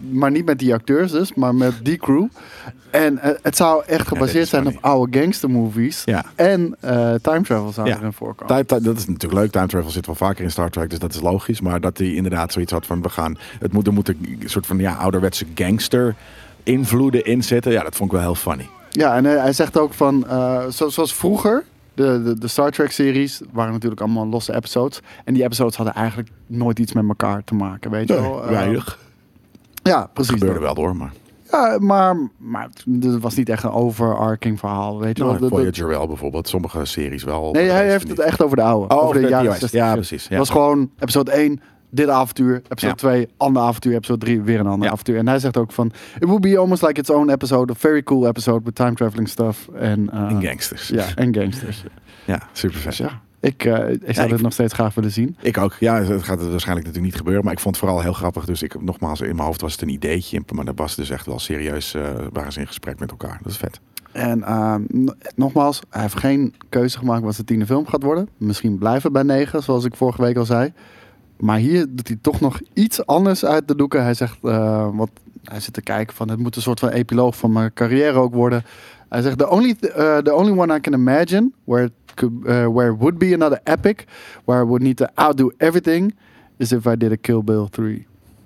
maar niet met die acteurs dus, maar met die crew. En het zou echt gebaseerd zijn op oude gangstermovies. Ja. En time travel zou erin voorkomen. Dat is natuurlijk leuk. Time travel zit wel vaker in Star Trek, dus dat is logisch. Maar dat hij inderdaad zoiets had van, er moet een soort van ouderwetse gangster invloeden in zitten. Ja, dat vond ik wel heel funny. Ja, en hij zegt ook van, zoals vroeger, de Star Trek-series waren natuurlijk allemaal losse episodes. En die episodes hadden eigenlijk nooit iets met elkaar te maken, weet je wel. Weinig. Ja, precies. Dat gebeurde wel door, maar... Ja, maar het was niet echt een overarching verhaal, weet je wel. Voyager wel bijvoorbeeld, sommige series wel. Nee, hij heeft het echt over de oude. Over de jaren 60. Ja, precies. Ja. Het was gewoon episode 1, dit avontuur. Episode 2, ander avontuur. Episode 3, weer een ander avontuur. En hij zegt ook van, it would be almost like its own episode. A very cool episode with time traveling stuff. En gangsters. Ja, en gangsters. Ja, super vet. Dus ja. Ik zou dit nog steeds graag willen zien. Ik ook. Ja, het gaat waarschijnlijk natuurlijk niet gebeuren. Maar ik vond het vooral heel grappig. Dus nogmaals, in mijn hoofd was het een ideetje. Maar dat was dus echt wel serieus. Waren ze in gesprek met elkaar. Dat is vet. En nogmaals, hij heeft geen keuze gemaakt wat zijn 10e film gaat worden. Misschien blijven bij 9, zoals ik vorige week al zei. Maar hier doet hij toch nog iets anders uit de doeken. Hij zegt, hij zit te kijken van, het moet een soort van epiloog van mijn carrière ook worden. Hij zegt, the only one I can imagine where it would be another epic, where I would need to outdo everything, is if I did a Kill Bill 3.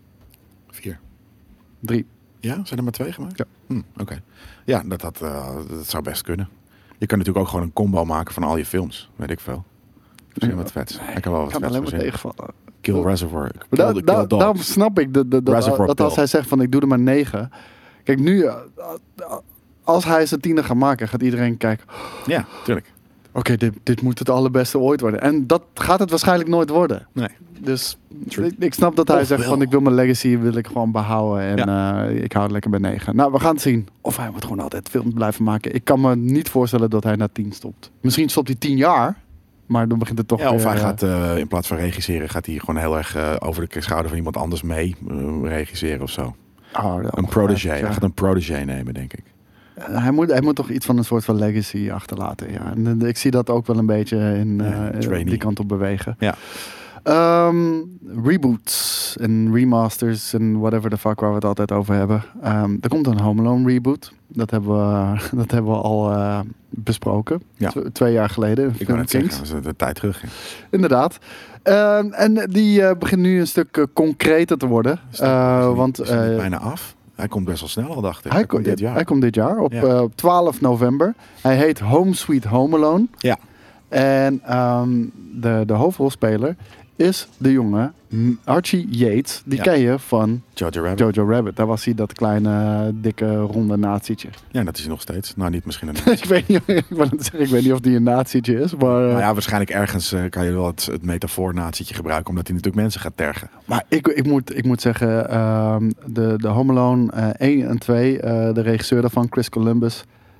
4. 3. Ja, zijn er maar 2 gemaakt? Ja. Oké. Ja, dat zou best kunnen. Je kan natuurlijk ook gewoon een combo maken van al je films. Weet ik veel. Misschien wat vets. Ik kan wel wat vets alleen maar tegenvallen. Kill Reservoir. Daarom snap ik dat als hij zegt van ik doe er maar 9. Kijk, nu, als hij zijn 10e gaat maken, gaat iedereen kijken. Ja, tuurlijk. Oké, dit moet het allerbeste ooit worden. En dat gaat het waarschijnlijk nooit worden. Nee. Dus ik snap dat hij zegt van ik wil mijn legacy wil ik gewoon behouden. En ik hou het lekker bij 9. Nou, we gaan het zien. Of hij moet gewoon altijd films blijven maken. Ik kan me niet voorstellen dat hij na 10 stopt. Misschien stopt hij 10 jaar. Maar dan begint het toch of hij gaat in plaats van regisseren, gaat hij gewoon heel erg over de schouder van iemand anders mee regisseren of zo. Een protégé. Hij gaat een protégé nemen, denk ik. Hij moet toch iets van een soort van legacy achterlaten. Ja. En ik zie dat ook wel een beetje in die kant op bewegen. Ja. Reboots en remasters en whatever the fuck waar we het altijd over hebben. Er komt een Home Alone reboot. Dat hebben we al besproken. Ja. 2 jaar geleden. Ik kan het zeggen, dat is de tijd terug. Ja. Inderdaad. En die begint nu een stuk concreter te worden. Is bijna af? Hij komt best wel snel al, dacht ik. Hij komt dit jaar op 12 november. Hij heet Home Sweet Home Alone. Ja. En de hoofdrolspeler is de jongen Archie Yates. Die ken je van Jojo Rabbit. Daar was hij dat kleine, dikke, ronde nazietje. Ja, dat is hij nog steeds. Nou, niet misschien een ik weet niet of die een nazietje is. Maar, nou ja, waarschijnlijk ergens kan je wel het metafoor nazietje gebruiken. Omdat hij natuurlijk mensen gaat tergen. Maar ik moet zeggen, de Home Alone 1 en 2, de regisseur daarvan, Chris Columbus.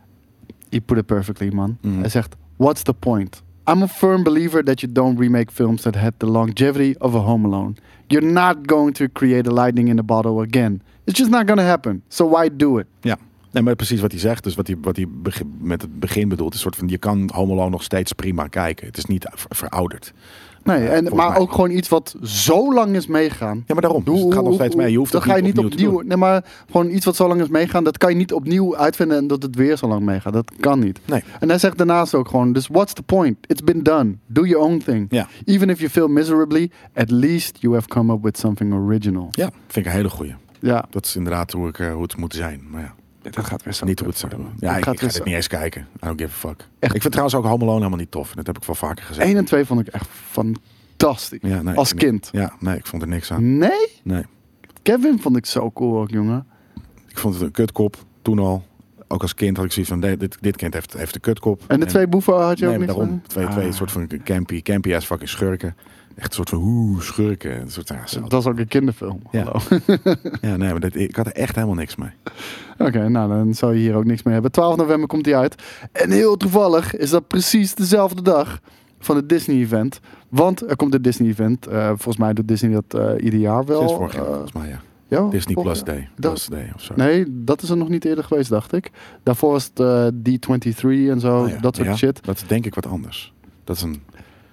He put it perfectly, man. Mm. Hij zegt, what's the point? I'm a firm believer that you don't remake films that had the longevity of a Home Alone. You're not going to create a lightning in a bottle again. It's just not going to happen. So why do it? Ja, nee, maar precies wat hij zegt. Dus wat hij met het begin bedoelt. Is een soort van, je kan Home Alone nog steeds prima kijken. Het is niet verouderd. Nee, maar ook gewoon iets wat zo lang is meegaan. Ja, maar daarom. Dus het gaat nog steeds mee. Je hoeft dat niet opnieuw. Nee, maar gewoon iets wat zo lang is meegaan. Dat kan je niet opnieuw uitvinden en dat het weer zo lang meegaat. Dat kan niet. Nee. En hij zegt daarnaast ook gewoon, dus what's the point? It's been done. Do your own thing. Ja. Even if you fail miserably, at least you have come up with something original. Ja, vind ik een hele goeie. Ja. Dat is inderdaad hoe het moet zijn. Maar ja. Dat gaat weer zo. Niet goed zo. Ja, ik ga het niet eens kijken. I don't give a fuck. Echt? Ik vind trouwens ook Home Alone helemaal niet tof. Dat heb ik wel vaker gezegd. 1 en 2 vond ik echt fantastisch. Ja, nee, als kind. Ja, nee, ik vond er niks aan. Nee? Nee. Kevin vond ik zo cool ook, jongen. Ik vond het een kutkop. Toen al. Ook als kind had ik zoiets van, dit kind heeft een kutkop. En de 2 boeven had je ook niks daarom. Twee soort van campy ass fucking schurken. Echt een soort van schurken. Een soort, dat was ook een kinderfilm. Ja, ja nee, maar ik had er echt helemaal niks mee. Oké, nou dan zou je hier ook niks mee hebben. 12 november komt hij uit. En heel toevallig is dat precies dezelfde dag van het Disney-event. Want er komt een Disney-event. Volgens mij doet Disney dat ieder jaar wel. Sinds vorig jaar, volgens mij, ja. Ja, Disney Plus Day. Plus Day of zo. Nee, dat is er nog niet eerder geweest, dacht ik. Daarvoor was het D23 en zo, dat soort shit. Dat is denk ik wat anders. Dat is een...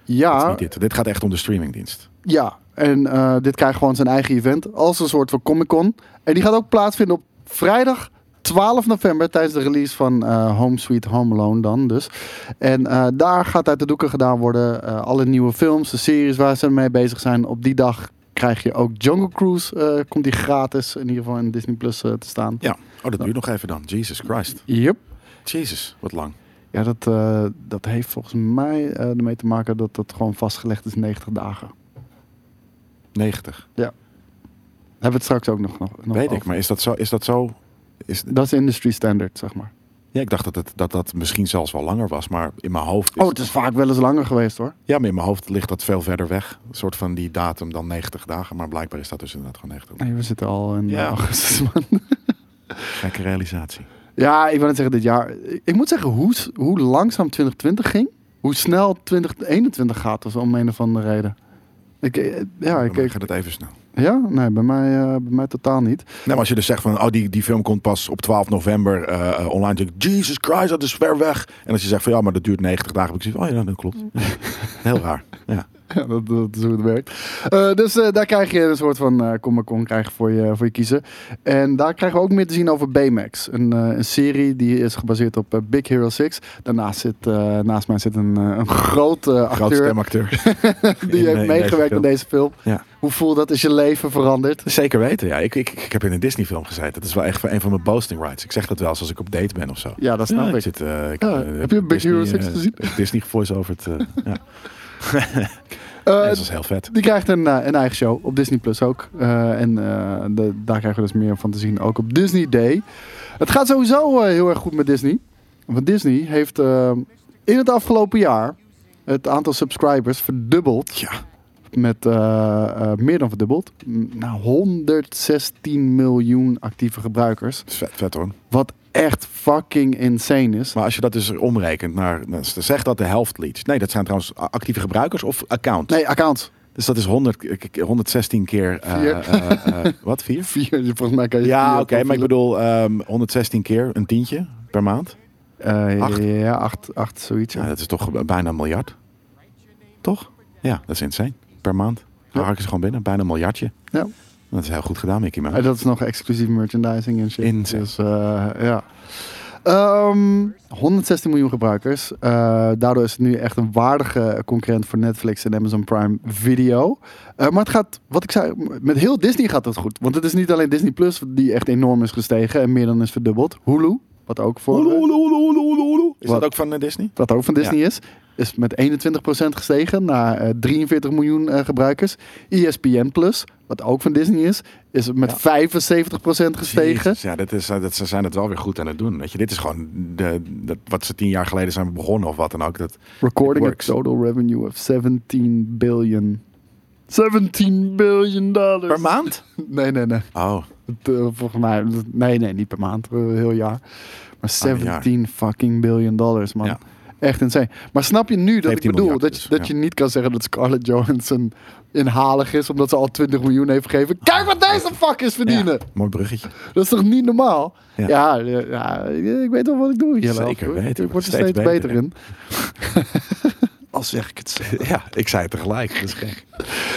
Ja. Dit gaat echt om de streamingdienst. Ja, en dit krijgt gewoon zijn eigen event als een soort van Comic-Con. En die gaat ook plaatsvinden op vrijdag 12 november tijdens de release van Home Sweet Home Alone dan dus. En daar gaat uit de doeken gedaan worden. Alle nieuwe films, de series waar ze mee bezig zijn. Op die dag krijg je ook Jungle Cruise. Komt die gratis in ieder geval in Disney Plus te staan. Ja, dat duurt nog even dan. Jesus Christ. Yep. Jesus, wat lang. Ja, dat heeft volgens mij ermee te maken dat dat gewoon vastgelegd is 90 dagen. 90? Ja. Hebben we het straks ook nog weet over. Ik, maar is dat zo? Dat is industry standard, zeg maar. Ja, ik dacht dat misschien zelfs wel langer was, maar in mijn hoofd... Het is vaak wel eens langer geweest, hoor. Ja, maar in mijn hoofd ligt dat veel verder weg. Een soort van die datum dan 90 dagen, maar blijkbaar is dat dus inderdaad gewoon 90 dagen. Nee, we zitten al in augustus, man. Gekke realisatie. Ja, ik wil net zeggen, dit jaar... Ik moet zeggen, hoe langzaam 2020 ging, hoe snel 2021 gaat, dus om een of andere reden. Ik gaat het even snel. Ja? Nee, bij mij totaal niet. Nee, maar als je dus zegt van, die film komt pas op 12 november online. Zeg ik, Jesus Christ, dat is ver weg. En als je zegt van, ja, maar dat duurt 90 dagen. Heb ik zoiets van, dat klopt. Ja. Heel raar. Ja. Ja, dat is hoe het werkt. Dus daar krijg je een soort van Comic-Con voor je kiezen. En daar krijgen we ook meer te zien over Baymax. Een serie die is gebaseerd op Big Hero 6. Daarnaast naast mij zit een grote acteur. Groot stemacteur. Die heeft meegewerkt in deze film. Ja. Hoe voelt dat? Is je leven veranderd? Zeker weten, ja. Ik heb in een Disney film gezeten. Dat is wel echt een van mijn boasting rights. Ik zeg dat wel als ik op date ben of zo. Ja, dat snap ik. Heb je Big Hero 6 gezien? Disney voice-over het... ja. Dat is heel vet. Die krijgt een eigen show op Disney Plus ook. Daar krijgen we dus meer van te zien. Ook op Disney Day. Het gaat sowieso heel erg goed met Disney. Want Disney heeft in het afgelopen jaar het aantal subscribers verdubbeld. Ja. Met meer dan verdubbeld. Nou, 116 miljoen actieve gebruikers. Dat is vet hoor. Wat echt fucking insane is. Maar als je dat dus omrekent naar... Zeg dat de helft leads. Nee, dat zijn trouwens actieve gebruikers of accounts? Nee, accounts. Dus dat is 116 keer... wat? 4? 4, volgens mij kan je... Ja, oké, maar ik bedoel 116 keer een tientje per maand. 8? Ja, 8 zoiets. Ja, dat is toch bijna een miljard? Toch? Ja, dat is insane. Per maand. Dan haken ze gewoon binnen. Bijna een miljardje. Ja. Dat is heel goed gedaan, Mickey Mouse. Dat is nog exclusief merchandising en shit. Insane. Dus ja. 116 miljoen gebruikers. Daardoor is het nu echt een waardige concurrent voor Netflix en Amazon Prime Video. Maar het gaat, wat ik zei, met heel Disney gaat het goed. Want het is niet alleen Disney Plus die echt enorm is gestegen en meer dan is verdubbeld. Hulu, wat ook voor... Is dat ook van Disney? Wat ook van Disney is met 21% gestegen naar 43 miljoen gebruikers. ESPN Plus, wat ook van Disney is met 75% gestegen. Jezus, ja, ze zijn het wel weer goed aan het doen. Weet je, dit is gewoon wat ze 10 jaar geleden zijn begonnen of wat dan ook. Recording a total revenue of 17 billion. $17 billion. Per maand? Nee. Oh. Volgens mij, nee, niet per maand, heel jaar. Maar 17 fucking billion dollars, man. Ja. Echt insane. Maar snap je nu dat ik bedoel dat je niet kan zeggen dat Scarlett Johansson inhalig is omdat ze al 20 miljoen heeft gegeven. Kijk wat deze fuckers verdienen. Ja, mooi bruggetje. Dat is toch niet normaal? Ja, ik weet wel wat ik doe hier. Zeker weten. Ik word er steeds beter in. Al zeg ik het. Ja, ik zei het tegelijk. Dat is gek.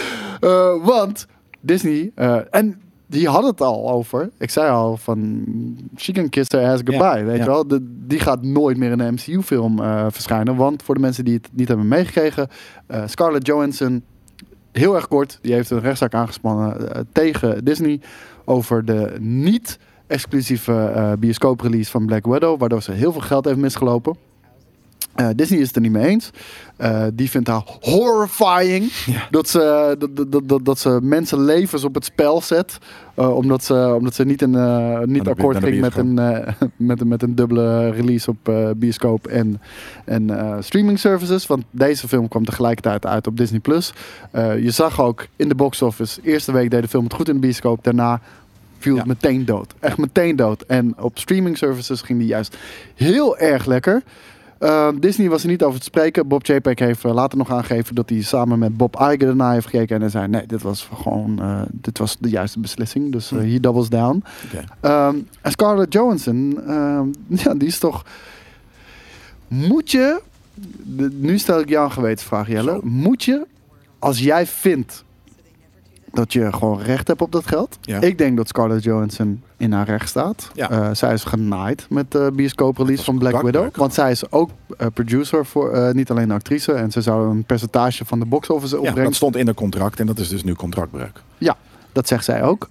Want Disney en die had het al over. Ik zei al van she can kiss her ass goodbye. Weet je wel? Die gaat nooit meer in een MCU-film verschijnen. Want voor de mensen die het niet hebben meegekregen, Scarlett Johansson, heel erg kort, die heeft een rechtszaak aangespannen tegen Disney over de niet-exclusieve bioscooprelease van Black Widow, waardoor ze heel veel geld heeft misgelopen. Disney is het er niet mee eens. Die vindt haar horrifying. Ja. Dat ze mensenlevens op het spel zet. Omdat ze niet akkoord ging met een dubbele release op bioscoop en streaming services. Want deze film kwam tegelijkertijd uit op Disney+. Je zag ook in de box office. Eerste week deed de film het goed in de bioscoop. Daarna viel het meteen dood. Echt meteen dood. En op streaming services ging die juist heel erg lekker. Disney was er niet over te spreken. Bob Chapek heeft later nog aangegeven dat hij samen met Bob Iger ernaar heeft gekeken. En hij zei, nee, dit was de juiste beslissing. Dus he doubles down. Okay. En Scarlett Johansson, die is toch... Moet je Nu stel ik jou een gewetensvraag, Jelle. Zo. Moet je, als jij vindt dat je gewoon recht hebt op dat geld. Ja. Ik denk dat Scarlett Johansson in haar recht staat. Ja. Zij is genaaid met de bioscooprelease van Black Widow. Want zij is ook producer voor niet alleen actrice. En ze zou een percentage van de box office opbrengen. Ja, dat stond in haar contract en dat is dus nu contractbreuk. Ja, dat zegt zij ook.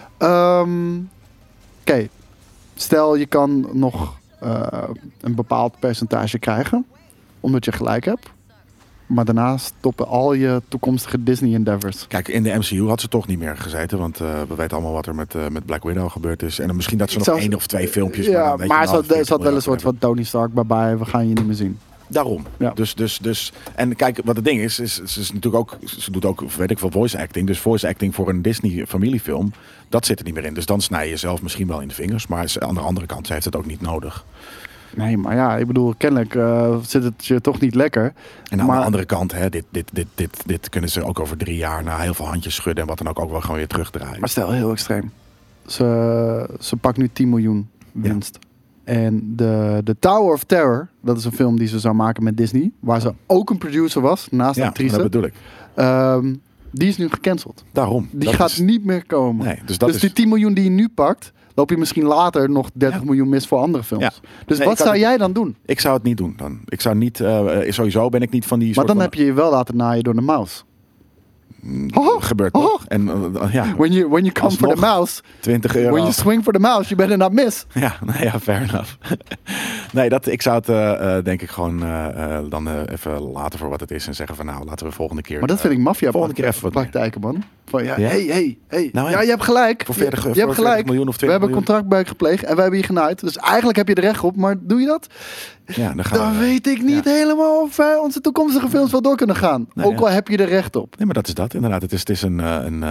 Oké. Stel je kan nog een bepaald percentage krijgen. Omdat je gelijk hebt. Maar daarna stoppen al je toekomstige Disney endeavors. Kijk, in de MCU had ze toch niet meer gezeten. Want we weten allemaal wat er met Black Widow gebeurd is. En dan misschien dat ze nog 1 of 2 filmpjes... Ja, maar ze had wel een soort van Tony Stark bij. We gaan je niet meer zien. Daarom. Ja. Dus, en kijk, wat het ding is ze is natuurlijk ook... Ze doet ook, weet ik veel, voice acting. Dus voice acting voor een Disney familiefilm, dat zit er niet meer in. Dus dan snij je jezelf misschien wel in de vingers. Maar aan de andere kant, ze heeft het ook niet nodig. Nee, maar ja, ik bedoel, kennelijk zit het je toch niet lekker. En aan de andere kant, hè, dit kunnen ze ook over 3 jaar na heel veel handjes schudden en wat dan ook wel gewoon weer terugdraaien. Maar stel, heel extreem. Ze pakt nu 10 miljoen winst. Ja. En de Tower of Terror, dat is een film die ze zou maken met Disney, waar ze ook een producer was, naast de actrice. Ja, dat bedoel ik. Die is nu gecanceld. Daarom. Die gaat niet meer komen. Nee, dus die 10 miljoen die je nu pakt, loop je misschien later nog 30 miljoen mis voor andere films. Ja. Dus wat zou jij dan doen? Ik zou het niet doen dan. Ik zou niet, sowieso ben ik niet van die... Maar dan heb je je wel laten naaien door de mouse. Gebeurt toch? En ja. When you come for the mouse, €20. When you swing for the mouse, you better not miss. Ja, nou ja, fair enough. Nee, ik zou het denk ik gewoon dan even laten voor wat het is en zeggen van nou, laten we volgende keer... Maar dat vind ik maffia volgende keer even wat praktijken, man. Van ja, ja? Hey. Nou, ja, je hebt gelijk. Voor 40, je hebt gelijk. Miljoen of 20 we hebben miljoen. contractbreuk gepleegd en we hebben je genaaid. Dus eigenlijk heb je er recht op, maar doe je dat? Ja, dan weet ik niet helemaal of wij onze toekomstige films wel door kunnen gaan. Nee, ook al heb je er recht op. Nee, maar dat is dat inderdaad. Het is een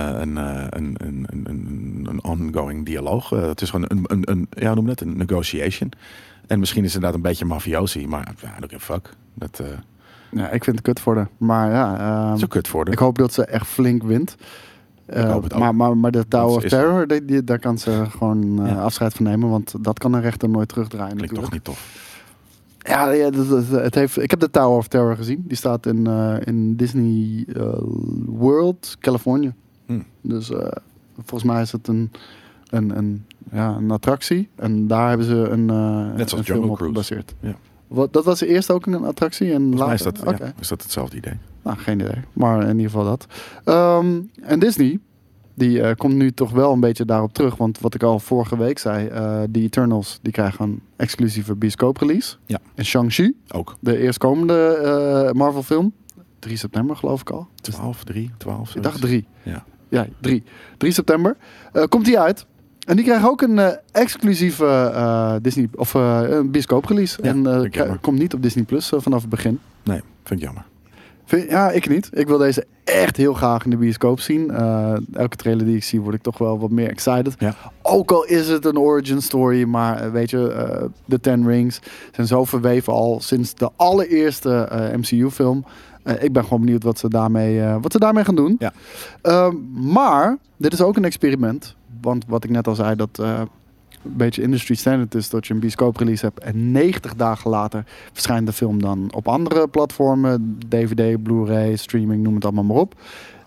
ongoing dialoog. Het is gewoon ja, noem het een negotiation. En misschien is het inderdaad een beetje mafiosi, maar I don't give a fuck. Ja, ik vind het kut voor haar. Maar ja, het is ook kut voor haar. Ik hoop dat ze echt flink wint. Maar de Tower of Terror, daar kan ze gewoon afscheid van nemen. Want dat kan een rechter nooit terugdraaien. Klinkt toch niet tof. Ja, ik heb de Tower of Terror gezien. Die staat in Disney World, Californië. Dus volgens mij is het een attractie. En daar hebben ze net zoals een film op gebaseerd. Ja. Dat was eerst ook een attractie? En later? Is dat hetzelfde idee? Nou, geen idee. Maar in ieder geval dat. En Disney, die komt nu toch wel een beetje daarop terug. Want wat ik al vorige week zei, die Eternals, die krijgen een exclusieve bioscoop-release. Ja. En Shang-Chi, ook. De eerstkomende Marvel-film. 3 september geloof ik al. 12. Ik dacht 3. Ja, 3 september. Komt die uit. En die krijgen ook een exclusieve Disney of bioscoop-release. Ja, en komt niet op Disney Plus vanaf het begin. Nee, vind ik jammer. Ja, ik niet. Ik wil deze echt heel graag in de bioscoop zien. Elke trailer die ik zie, word ik toch wel wat meer excited. Ja. Ook al is het een origin story, maar weet je, de Ten Rings zijn zo verweven al sinds de allereerste MCU-film. Ik ben gewoon benieuwd wat ze daarmee gaan doen. Ja. Maar dit is ook een experiment. Want wat ik net al zei, dat een beetje industry standard is dat je een bioscoop release hebt en 90 dagen later verschijnt de film dan op andere platformen, DVD, Blu-ray, streaming, noem het allemaal maar op.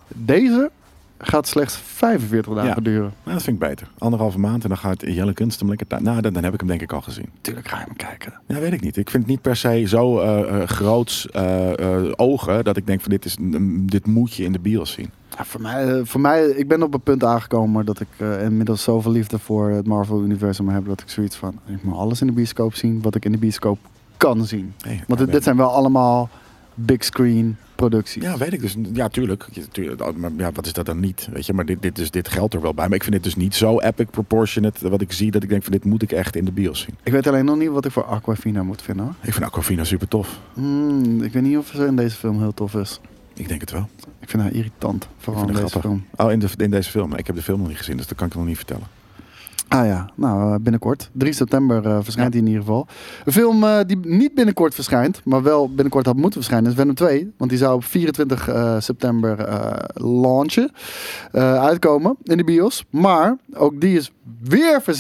Deze gaat slechts 45 dagen duren. Ja, dat vind ik beter. 1,5 maand en dan gaat Jelle Kunst hem lekker... Nou, dan heb ik hem denk ik al gezien. Tuurlijk ga je hem kijken. Ja, weet ik niet. Ik vind het niet per se zo groots ogen dat ik denk van dit moet je in de bios zien. Ja, voor mij, ik ben op een punt aangekomen dat ik inmiddels zoveel liefde voor het Marvel-universum heb dat ik zoiets van, ik moet alles in de bioscoop zien wat ik in de bioscoop kan zien. Nee, want dit zijn wel allemaal big screen producties. Ja, weet ik dus. Ja, tuurlijk. Maar ja, wat is dat dan niet? Weet je, maar dit geldt er wel bij. Maar ik vind dit dus niet zo epic proportionate wat ik zie dat ik denk van dit moet ik echt in de bios zien. Ik weet alleen nog niet wat ik voor Aquafina moet vinden. Hoor. Ik vind Aquafina super tof. Ik weet niet of ze in deze film heel tof is. Ik denk het wel. Ik vind haar irritant. Vooral in deze film. Oh, in deze film. Ik heb de film nog niet gezien, dus dat kan ik nog niet vertellen. Ah ja, nou binnenkort. 3 september verschijnt hij in ieder geval. Een film die niet binnenkort verschijnt, maar wel binnenkort had moeten verschijnen, is Venom 2. Want die zou op 24 september launchen, uitkomen in de bios. Maar ook die is weer verzet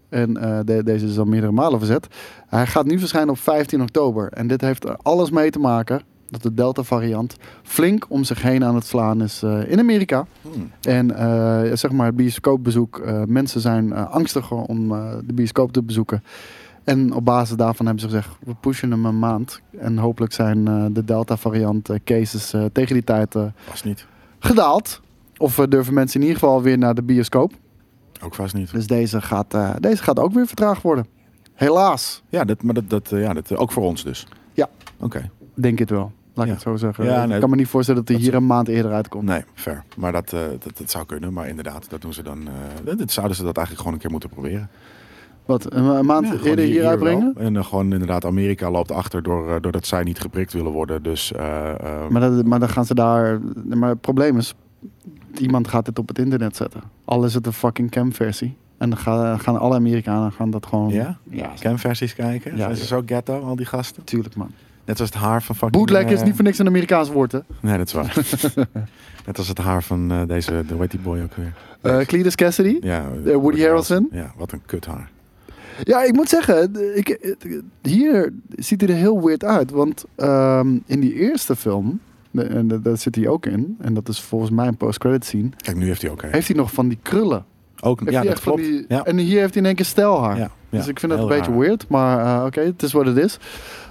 En deze is al meerdere malen verzet. Hij gaat nu verschijnen op 15 oktober. En dit heeft er alles mee te maken dat de Delta-variant flink om zich heen aan het slaan is in Amerika. En zeg maar het bioscoopbezoek. Mensen zijn angstiger om de bioscoop te bezoeken. En op basis daarvan hebben ze gezegd, we pushen hem een maand. En hopelijk zijn de Delta-variant cases tegen die tijd Vast niet. gedaald. Of durven mensen in ieder geval weer naar de bioscoop. Ook vast niet. Dus deze gaat ook weer vertraagd worden. Helaas. Ja, dat ook voor ons dus. Ja. Oké. Denk het wel. Laat ik het zo zeggen. Ja, ik kan me niet voorstellen dat hij hier een maand eerder uitkomt. Nee, fair. Maar dat zou kunnen. Maar inderdaad, dat doen ze dan. Zouden ze dat eigenlijk gewoon een keer moeten proberen. Wat, een maand eerder hier uitbrengen? Wel. En gewoon inderdaad, Amerika loopt achter doordat zij niet geprikt willen worden. Dus, maar dan gaan ze daar... Maar het probleem is, iemand gaat dit op het internet zetten. Al is het een fucking cam-versie. En dan gaan alle Amerikanen dat gewoon... Ja? Cam-versies kijken? Ja, zijn ze zo ghetto, al die gasten? Tuurlijk, man. Net als het haar van fucking... Bootleg is niet voor niks een Amerikaans woord, hè? Nee, dat is waar. Net als het haar van hoe heet die boy ook weer? Cletus Cassidy? Ja. Woody Harrelson? Ja, wat een kut haar. Ja, ik moet zeggen, hier ziet hij er heel weird uit. Want in die eerste film, en daar zit hij ook in, en dat is volgens mij een post-credit scene. Kijk, nu heeft hij ook heeft hij nog van die krullen. Ook, ja, dat klopt. Ja. En hier heeft hij in één keer stijlhaar. Ja, dus ik vind dat een raar. beetje weird, maar oké, het is wat het is.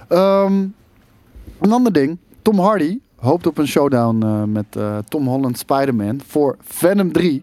Een ander ding, Tom Hardy hoopt op een showdown met Tom Holland Spider-Man voor Venom 3.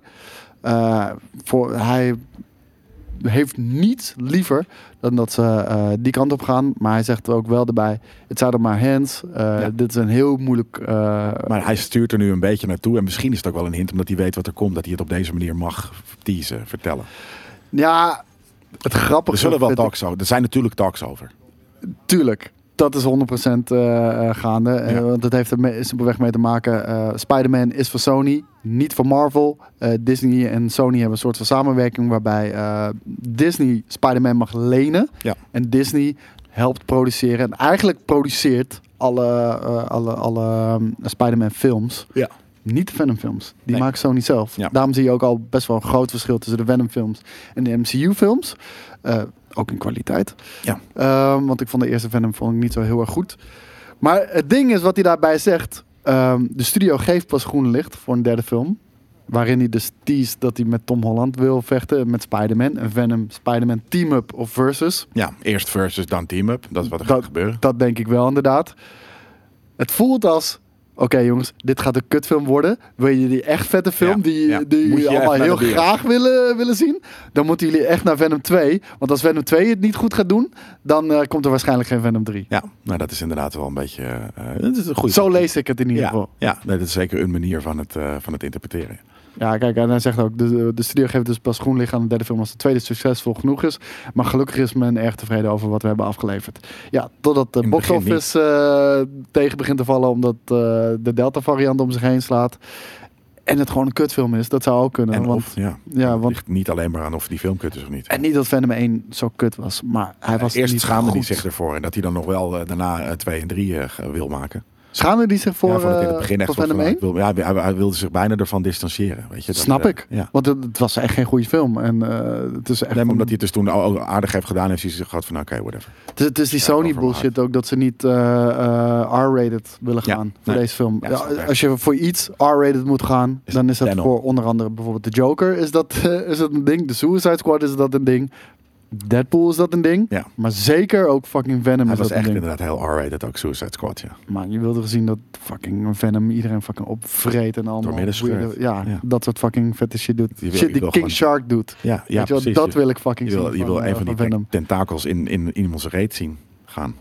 Hij heeft niets liever dan dat ze die kant op gaan. Maar hij zegt er ook wel erbij, it's out of my hands. Dit is een heel moeilijk... maar hij stuurt er nu een beetje naartoe. En misschien is het ook wel een hint, omdat hij weet wat er komt, dat hij het op deze manier mag teasen, vertellen. Ja, het grappige... Er zullen wel talks over. Er zijn natuurlijk talks over. Tuurlijk. Dat is 100% gaande. Ja. Want dat heeft er simpelweg mee te maken. Spider-Man is voor Sony, niet voor Marvel. Disney en Sony hebben een soort van samenwerking waarbij Disney Spider-Man mag lenen. Ja. En Disney helpt produceren. En eigenlijk produceert alle Spider-Man films. Ja. Niet de Venom films. Die maken Sony zelf. Ja. Daarom zie je ook al best wel een groot verschil tussen de Venom films en de MCU films. Ook in kwaliteit. Ja. Want ik vond de eerste Venom niet zo heel erg goed. Maar het ding is wat hij daarbij zegt. De studio geeft pas groen licht voor een derde film. Waarin hij dus teast dat hij met Tom Holland wil vechten. Met Spider-Man. Een Venom Spider-Man team-up of versus. Ja, eerst versus dan team-up. Dat is wat er gaat gebeuren. Dat denk ik wel inderdaad. Het voelt als... Oké, jongens, dit gaat een kutfilm worden. Wil je die echt vette film die jullie allemaal heel graag willen zien? Dan moeten jullie echt naar Venom 2. Want als Venom 2 het niet goed gaat doen, dan komt er waarschijnlijk geen Venom 3. Ja, nou dat is inderdaad wel een beetje... dat is een goede Zo lees ik het in ieder geval. Ja, nee, dat is zeker een manier van het interpreteren. Ja, kijk, en hij zegt ook, de studio geeft dus pas groen licht aan de derde film als de tweede succesvol genoeg is. Maar gelukkig is men erg tevreden over wat we hebben afgeleverd. Ja, totdat de box office tegen begint te vallen omdat de Delta variant om zich heen slaat. En het gewoon een kutfilm is, dat zou ook kunnen. En want, het ligt niet alleen maar aan of die film kut is of niet. En niet dat Venom 1 zo kut was, maar hij was eerst niet schaamde goed. hij zich ervoor en dat hij dan nog wel daarna 2 en 3 wil maken. Schaamde hij zich voor, ja, in het begin echt Venom 1? Hij wilde zich bijna ervan distancieren. Weet je, Snap ik. Ja. Want het was echt geen goede film. En, het is echt omdat hij het dus toen aardig heeft gedaan, heeft hij zich gehad van oké, whatever. Het is die Sony bullshit ook, dat ze niet R-rated willen gaan voor deze film. Ja, als je voor iets R-rated moet gaan, dan is dat voor onder andere bijvoorbeeld de Joker is dat een ding. De Suicide Squad is dat een ding. Deadpool is dat een ding. Ja. Maar zeker ook fucking Venom is dat een ding. Hij was echt inderdaad heel R-rated, ook Suicide Squad, ja. Maar je wilde gezien dat fucking Venom iedereen fucking opvreet en allemaal. Ja, dat soort fucking vette shit doet. Shit die King Shark doet. Ja, precies. Dat wil ik fucking zien. Je wil een van die Venom. tentakels in iemands reet zien gaan.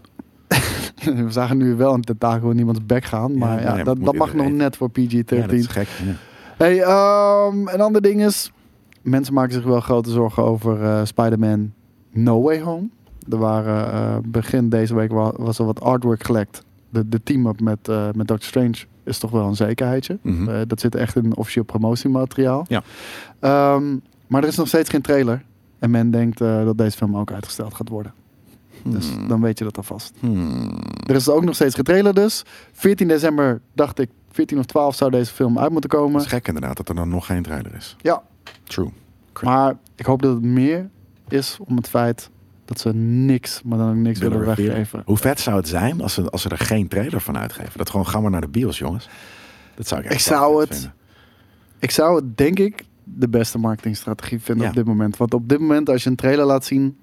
We zagen nu wel een tentakel in iemands bek gaan. Maar dat mag nog net voor PG-13. Ja, dat is gek. Ja. Hey, een ander ding is... Mensen maken zich wel grote zorgen over Spider-Man No Way Home. Er waren begin deze week was er wat artwork gelekt. De team-up met Doctor Strange is toch wel een zekerheidje. Mm-hmm. Dat zit echt in officieel promotiemateriaal. Ja. Maar er is nog steeds geen trailer. En men denkt dat deze film ook uitgesteld gaat worden. Dus dan weet je dat alvast. Er is ook nog steeds geen trailer dus. 14 december dacht ik, 14 of 12 zou deze film uit moeten komen. Het is gek inderdaad dat er dan nog geen trailer is. Ja. True. Maar ik hoop dat het meer is om het feit dat ze niks, maar dan ook niks willen weggeven. Hoe vet zou het zijn als ze er geen trailer van uitgeven? Dat gewoon, gaan we naar de bios, jongens. Dat zou ik echt vinden. Ik zou het, denk ik, de beste marketingstrategie vinden op dit moment. Want op dit moment, als je een trailer laat zien,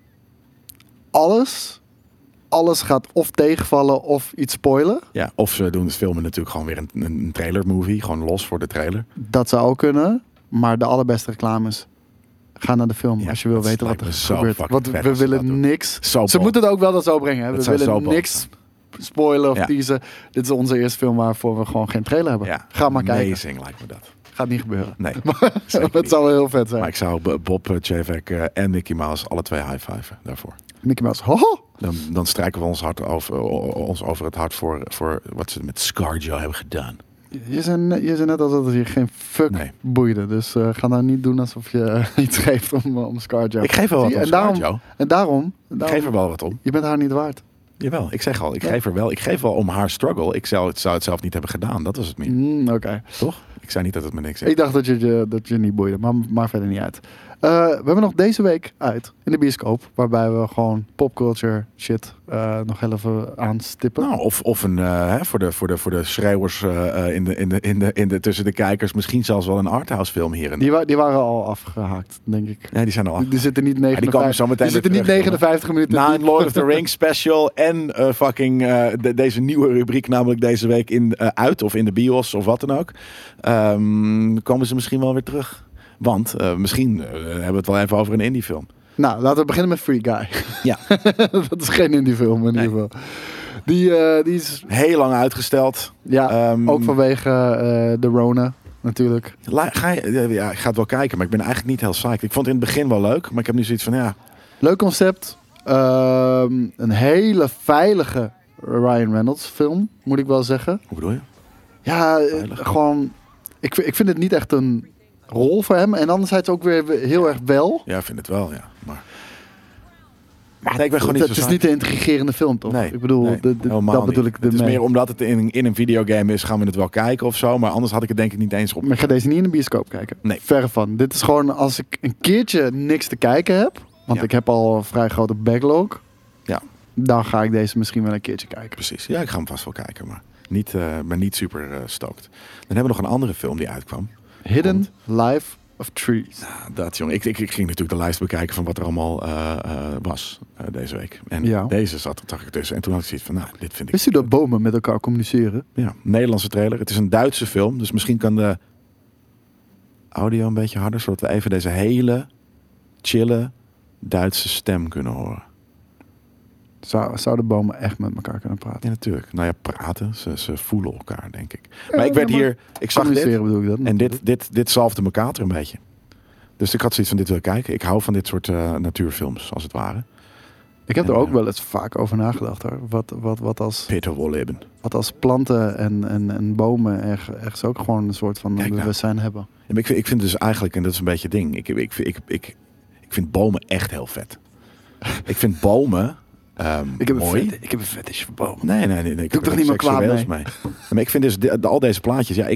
alles gaat of tegenvallen of iets spoilen. Ja, of ze doen het filmen natuurlijk gewoon weer een trailer movie, gewoon los voor de trailer. Dat zou ook kunnen, maar de allerbeste reclames. Ga naar de film als je wil weten wat er gebeurt. Want we willen niks. Ze moeten het ook wel dat zo brengen. Hè? We willen niks spoilen of teasen. Dit is onze eerste film waarvoor we gewoon geen trailer hebben. Ja, ga maar kijken. Amazing lijkt me dat. Gaat niet gebeuren. Nee. Het zal wel heel vet zijn. Maar ik zou Bob Chapek en Mickey Mouse alle twee high-fiven daarvoor. Mickey Mouse, hoho! Dan strijken we ons hart over het hart voor wat ze met ScarJo hebben gedaan. Je zei net alsof het je geen fuck boeide. Dus ga nou niet doen alsof je iets geeft om ScarJo. Ik geef wel wat om ScarJo. En daarom... Ik geef er wel wat om. Je bent haar niet waard. Jawel, ik zeg al, ik geef wel om haar struggle. Ik zou het zelf niet hebben gedaan. Dat was het meer. Oké. Toch? Ik zei niet dat het me niks is. Ik dacht dat je niet boeide, maar verder niet uit. We hebben nog deze week uit in de bioscoop, waarbij we gewoon popculture shit nog heel even aanstippen. Nou, of een voor de schreeuwers tussen de kijkers, misschien zelfs wel een arthouse film hier. Die waren al afgehaakt, denk ik. Ja, die zijn al Die zitten niet 59 minuten. Na een Lord of the Rings special en deze nieuwe rubriek, namelijk deze week uit of in de bios of wat dan ook, komen ze misschien wel weer terug. Want misschien hebben we het wel even over een indie film. Nou, laten we beginnen met Free Guy. Ja. Dat is geen indie film in ieder geval. Die is... heel lang uitgesteld. Ja, ook vanwege de Rona natuurlijk. Ik ga het wel kijken, maar ik ben eigenlijk niet heel psyched. Ik vond het in het begin wel leuk, maar ik heb nu zoiets van Leuk concept. Een hele veilige Ryan Reynolds film, moet ik wel zeggen. Hoe bedoel je? Ja, gewoon... Ik vind het niet echt een rol voor hem. En anderzijds ook weer heel erg wel. Ja, ik vind het wel, ja. Maar nee, ik ben gewoon niet het is niet een intrigerende film, toch? Nee, ik bedoel, dat bedoel ik. Het is meer omdat het in een videogame is, gaan we het wel kijken of zo. Maar anders had ik het denk ik niet eens op. Maar ik ga deze niet in een bioscoop kijken. Nee. Verre van. Dit is gewoon als ik een keertje niks te kijken heb. Want ik heb al een vrij grote backlog. Ja. Dan ga ik deze misschien wel een keertje kijken. Precies. Ja, ik ga hem vast wel kijken. Maar ben niet super stoked. Dan hebben we nog een andere film die uitkwam. Hidden Life of Trees. Nou, dat jongen. Ik ging natuurlijk de lijst bekijken van wat er allemaal was deze week. En deze zag ik tussen. En toen had ik zoiets van, dit vind ik... Wist u dat bomen met elkaar communiceren? Ja, Nederlandse trailer. Het is een Duitse film. Dus misschien kan de audio een beetje harder. Zodat we even deze hele chille Duitse stem kunnen horen. Zouden bomen echt met elkaar kunnen praten? Ja, natuurlijk. Nou ja, praten. Ze voelen elkaar, denk ik. Maar ik werd hier... Ik zag dit. Bedoel ik dat, en dit zalfde mijn kater een beetje. Dus ik had zoiets van, dit wil ik kijken. Ik hou van dit soort natuurfilms, als het ware. Ik heb er ook wel eens vaak over nagedacht, hoor. Wat als... Peter Wolleben. Wat als planten en bomen ergens ook gewoon een soort van bewustzijn hebben. Ja, maar ik vind dus eigenlijk, en dat is een beetje het ding. Ik vind bomen echt heel vet. Ik vind bomen... mooi. Ik heb een fetish voor bomen. Nee. Ik doe toch niet meer kwaad mee. Maar ik vind dus al deze plaatjes... Ja,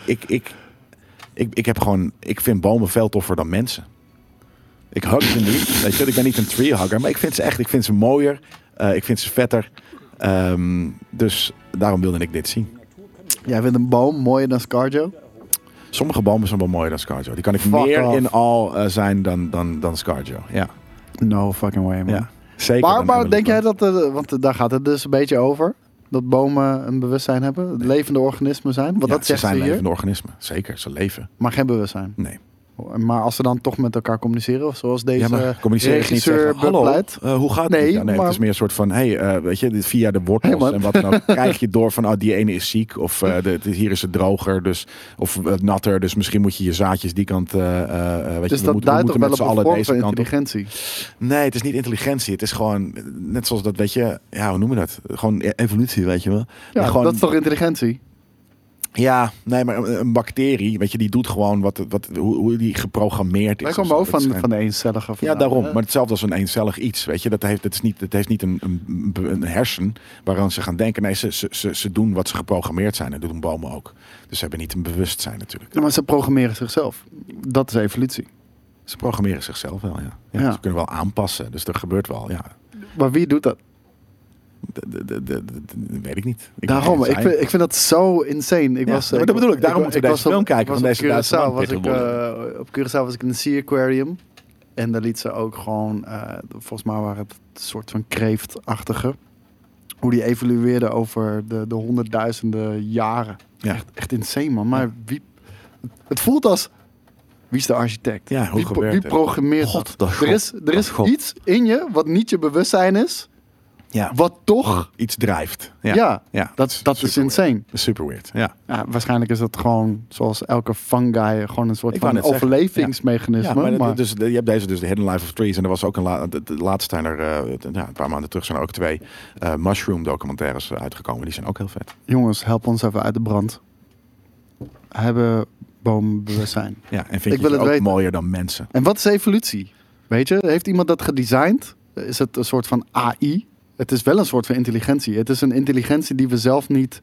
ik heb gewoon... Ik vind bomen veel toffer dan mensen. Ik hug ze niet. Weet je, ik ben niet een treehugger. Maar ik vind ze echt... Ik vind ze mooier. Ik vind ze vetter. Dus daarom wilde ik dit zien. Jij vindt een boom mooier dan ScarJo? Sommige bomen zijn wel mooier dan ScarJo. Die kan ik meer in al zijn dan ScarJo. Ja. No fucking way, man. Ja. Zeker. Maar denk jij dat... want daar gaat het dus een beetje over. Dat bomen een bewustzijn hebben. Levende organismen zijn. Want dat zegt ze zijn hier. levende organismen. Zeker, ze leven. Maar geen bewustzijn. Nee. Maar als ze dan toch met elkaar communiceren, of zoals deze regisseur bepleit. Hoe gaat het? Nee, het is meer een soort van, weet je, via de wortels en wat dan ook, krijg je door van, die ene is ziek, of hier is het droger, dus, of natter, dus misschien moet je je zaadjes die kant, weet dus je, dat duidt toch wel op een vorm van intelligentie? Nee, het is niet intelligentie, het is gewoon, net zoals dat, weet je, hoe noemen we dat? Gewoon evolutie, weet je wel. Ja, gewoon, dat is toch intelligentie? Ja, nee, maar een bacterie, weet je, die doet gewoon hoe die geprogrammeerd is. Wij komen ook van de eencellige. Ja, daarom. Maar hetzelfde als een eencellig iets, weet je. Het heeft niet een hersen waaraan ze gaan denken. Nee, ze doen wat ze geprogrammeerd zijn. En dat doen bomen ook. Dus ze hebben niet een bewustzijn natuurlijk. Ja, maar ze programmeren zichzelf. Dat is evolutie. Ze programmeren zichzelf wel, ja. Ze kunnen wel aanpassen, dus er gebeurt wel, ja. Maar wie doet dat? Weet ik niet. Daarom, ik vind dat zo insane. Dat bedoel ik. Daarom moeten we deze film kijken van deze Duitse man. Op Curaçao was ik in een Sea Aquarium. En daar liet ze ook gewoon, volgens mij waren het een soort van kreeftachtige. Hoe die evolueerde over de honderdduizenden jaren. Ja. Echt insane, man. Maar het voelt als... Wie is de architect? Ja, wie programmeert dat? Er is iets in je wat niet je bewustzijn is. Ja. Wat toch... iets drijft. Ja, dat is insane. Super weird. Ja. Waarschijnlijk is dat gewoon, zoals elke fungi, gewoon een soort van overlevingsmechanisme. Maar dus, je hebt deze dus, The Hidden Life of Trees. En er was ook de laatste zijn er, een paar maanden terug zijn er ook 2 mushroom documentaires uitgekomen. Die zijn ook heel vet. Jongens, help ons even uit de brand. Hebben bomen bewustzijn? Ja, en vind je het ook weten. Mooier dan mensen? En wat is evolutie? Weet je, heeft iemand dat gedesigned? Is het een soort van AI? Het is wel een soort van intelligentie. Het is een intelligentie die we zelf niet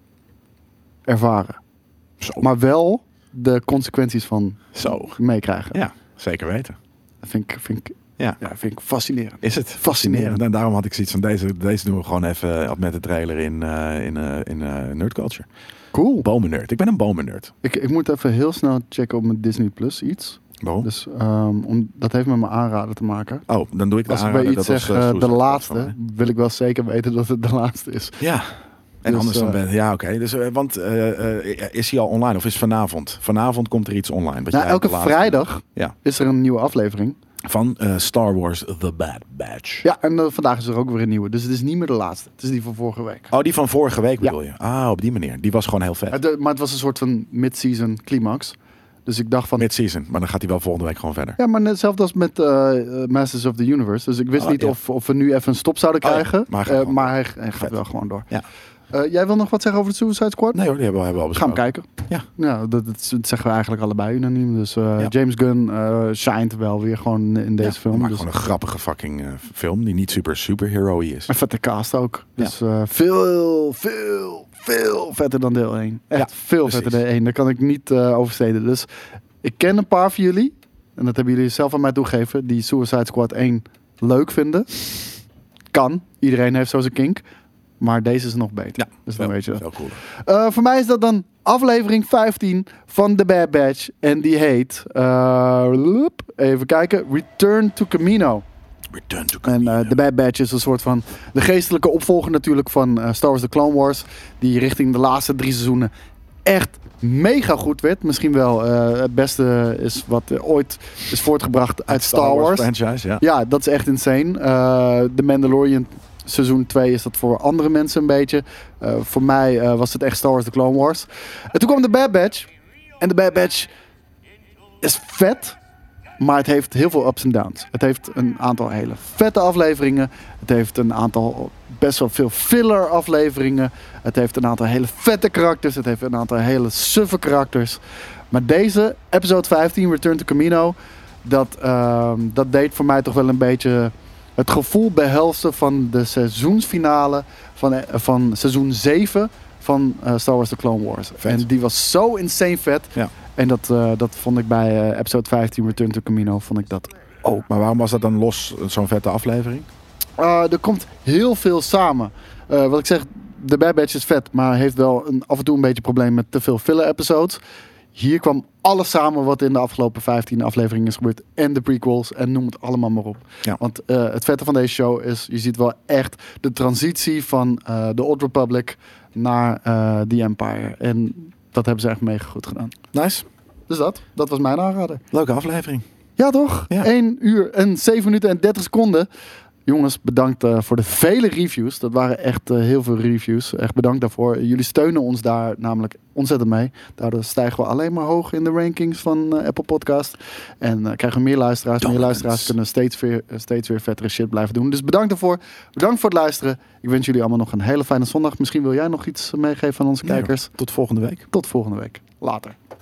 ervaren. Zo. Maar wel de consequenties van meekrijgen. Ja, zeker weten. Dat vind ik fascinerend. Is het? Fascinerend. En daarom had ik zoiets van deze doen we gewoon even met de trailer in Nerd Culture. Cool. Bomen-nerd. Ik ben een bomen-nerd. Ik moet even heel snel checken op mijn Disney Plus iets. Waarom? Dus dat heeft met mijn aanrader te maken. Oh, dan doe ik de Als aanrader. Als ik bij iets zeg de laatste, wil ik wel zeker weten dat het de laatste is. Ja. En dus, anders dan ben ja, oké. Dus, want is hij al online of is vanavond? Vanavond komt er iets online. Elke vrijdag is er een nieuwe aflevering. Van Star Wars The Bad Batch. Ja, en vandaag is er ook weer een nieuwe. Dus het is niet meer de laatste. Het is die van vorige week. Oh, die van vorige week bedoel je? Ah, op die manier. Die was gewoon heel vet. Maar het was een soort van mid-season climax. Dus ik dacht van... Mid-season, maar dan gaat hij wel volgende week gewoon verder. Ja, maar net hetzelfde als met Masters of the Universe. Dus ik wist niet of we nu even een stop zouden krijgen. Maar hij gaat wel gewoon door. Ja. Jij wil nog wat zeggen over het Suicide Squad? Nee hoor, die hebben we al besproken. Gaan we kijken. Ja, dat zeggen we eigenlijk allebei unaniem. Dus James Gunn shined wel weer gewoon in deze film. Maar gewoon een grappige fucking film die niet superhero is. En vette cast ook. Dus veel vetter dan deel 1. Echt veel vetter dan 1. Daar kan ik niet oversteden. Dus ik ken een paar van jullie. En dat hebben jullie zelf aan mij toegegeven. Die Suicide Squad 1 leuk vinden. Kan. Iedereen heeft zo zijn kink. Maar deze is nog beter. Ja, dus dan weet je dat. Cool. Voor mij is dat dan aflevering 15 van The Bad Batch. En die heet... even kijken. Return to Camino. En The Bad Batch is een soort van... de geestelijke opvolger natuurlijk van Star Wars The Clone Wars. Die richting de laatste 3 seizoenen echt mega goed werd. Misschien wel het beste is wat ooit is voortgebracht uit Star Wars. Franchise, ja, dat is echt insane. The Mandalorian... Seizoen 2 is dat voor andere mensen een beetje. Voor mij was het echt Star Wars The Clone Wars. En toen kwam The Bad Batch. En The Bad Batch is vet. Maar het heeft heel veel ups en downs. Het heeft een aantal hele vette afleveringen. Het heeft een aantal best wel veel filler afleveringen. Het heeft een aantal hele vette karakters. Het heeft een aantal hele suffe karakters. Maar deze, episode 15, Return to Camino... Dat deed voor mij toch wel een beetje... het gevoel behelzen van de seizoensfinale van seizoen 7 van Star Wars The Clone Wars. Vet. En die was zo insane vet. Ja. En dat vond ik bij episode 15 Return to Camino vond ik dat ook. Maar waarom was dat dan los zo'n vette aflevering? Er komt heel veel samen. Wat ik zeg, The Bad Batch is vet, maar heeft wel af en toe een beetje probleem met te veel filler episodes. Hier kwam alles samen wat in de afgelopen 15 afleveringen is gebeurd. En de prequels en noem het allemaal maar op. Ja. Want het vette van deze show is, je ziet wel echt de transitie van de Old Republic naar The Empire. En dat hebben ze echt mega goed gedaan. Nice. Dus dat was mijn aanrader. Leuke aflevering. Ja toch? Ja. 1 uur en 7 minuten en 30 seconden. Jongens, bedankt voor de vele reviews. Dat waren echt heel veel reviews. Echt bedankt daarvoor. Jullie steunen ons daar namelijk ontzettend mee. Daardoor stijgen we alleen maar hoog in de rankings van Apple Podcast. En krijgen we meer luisteraars. Meer luisteraars kunnen steeds weer vettere shit blijven doen. Dus bedankt daarvoor. Bedankt voor het luisteren. Ik wens jullie allemaal nog een hele fijne zondag. Misschien wil jij nog iets meegeven aan onze kijkers. Tot volgende week. Tot volgende week. Later.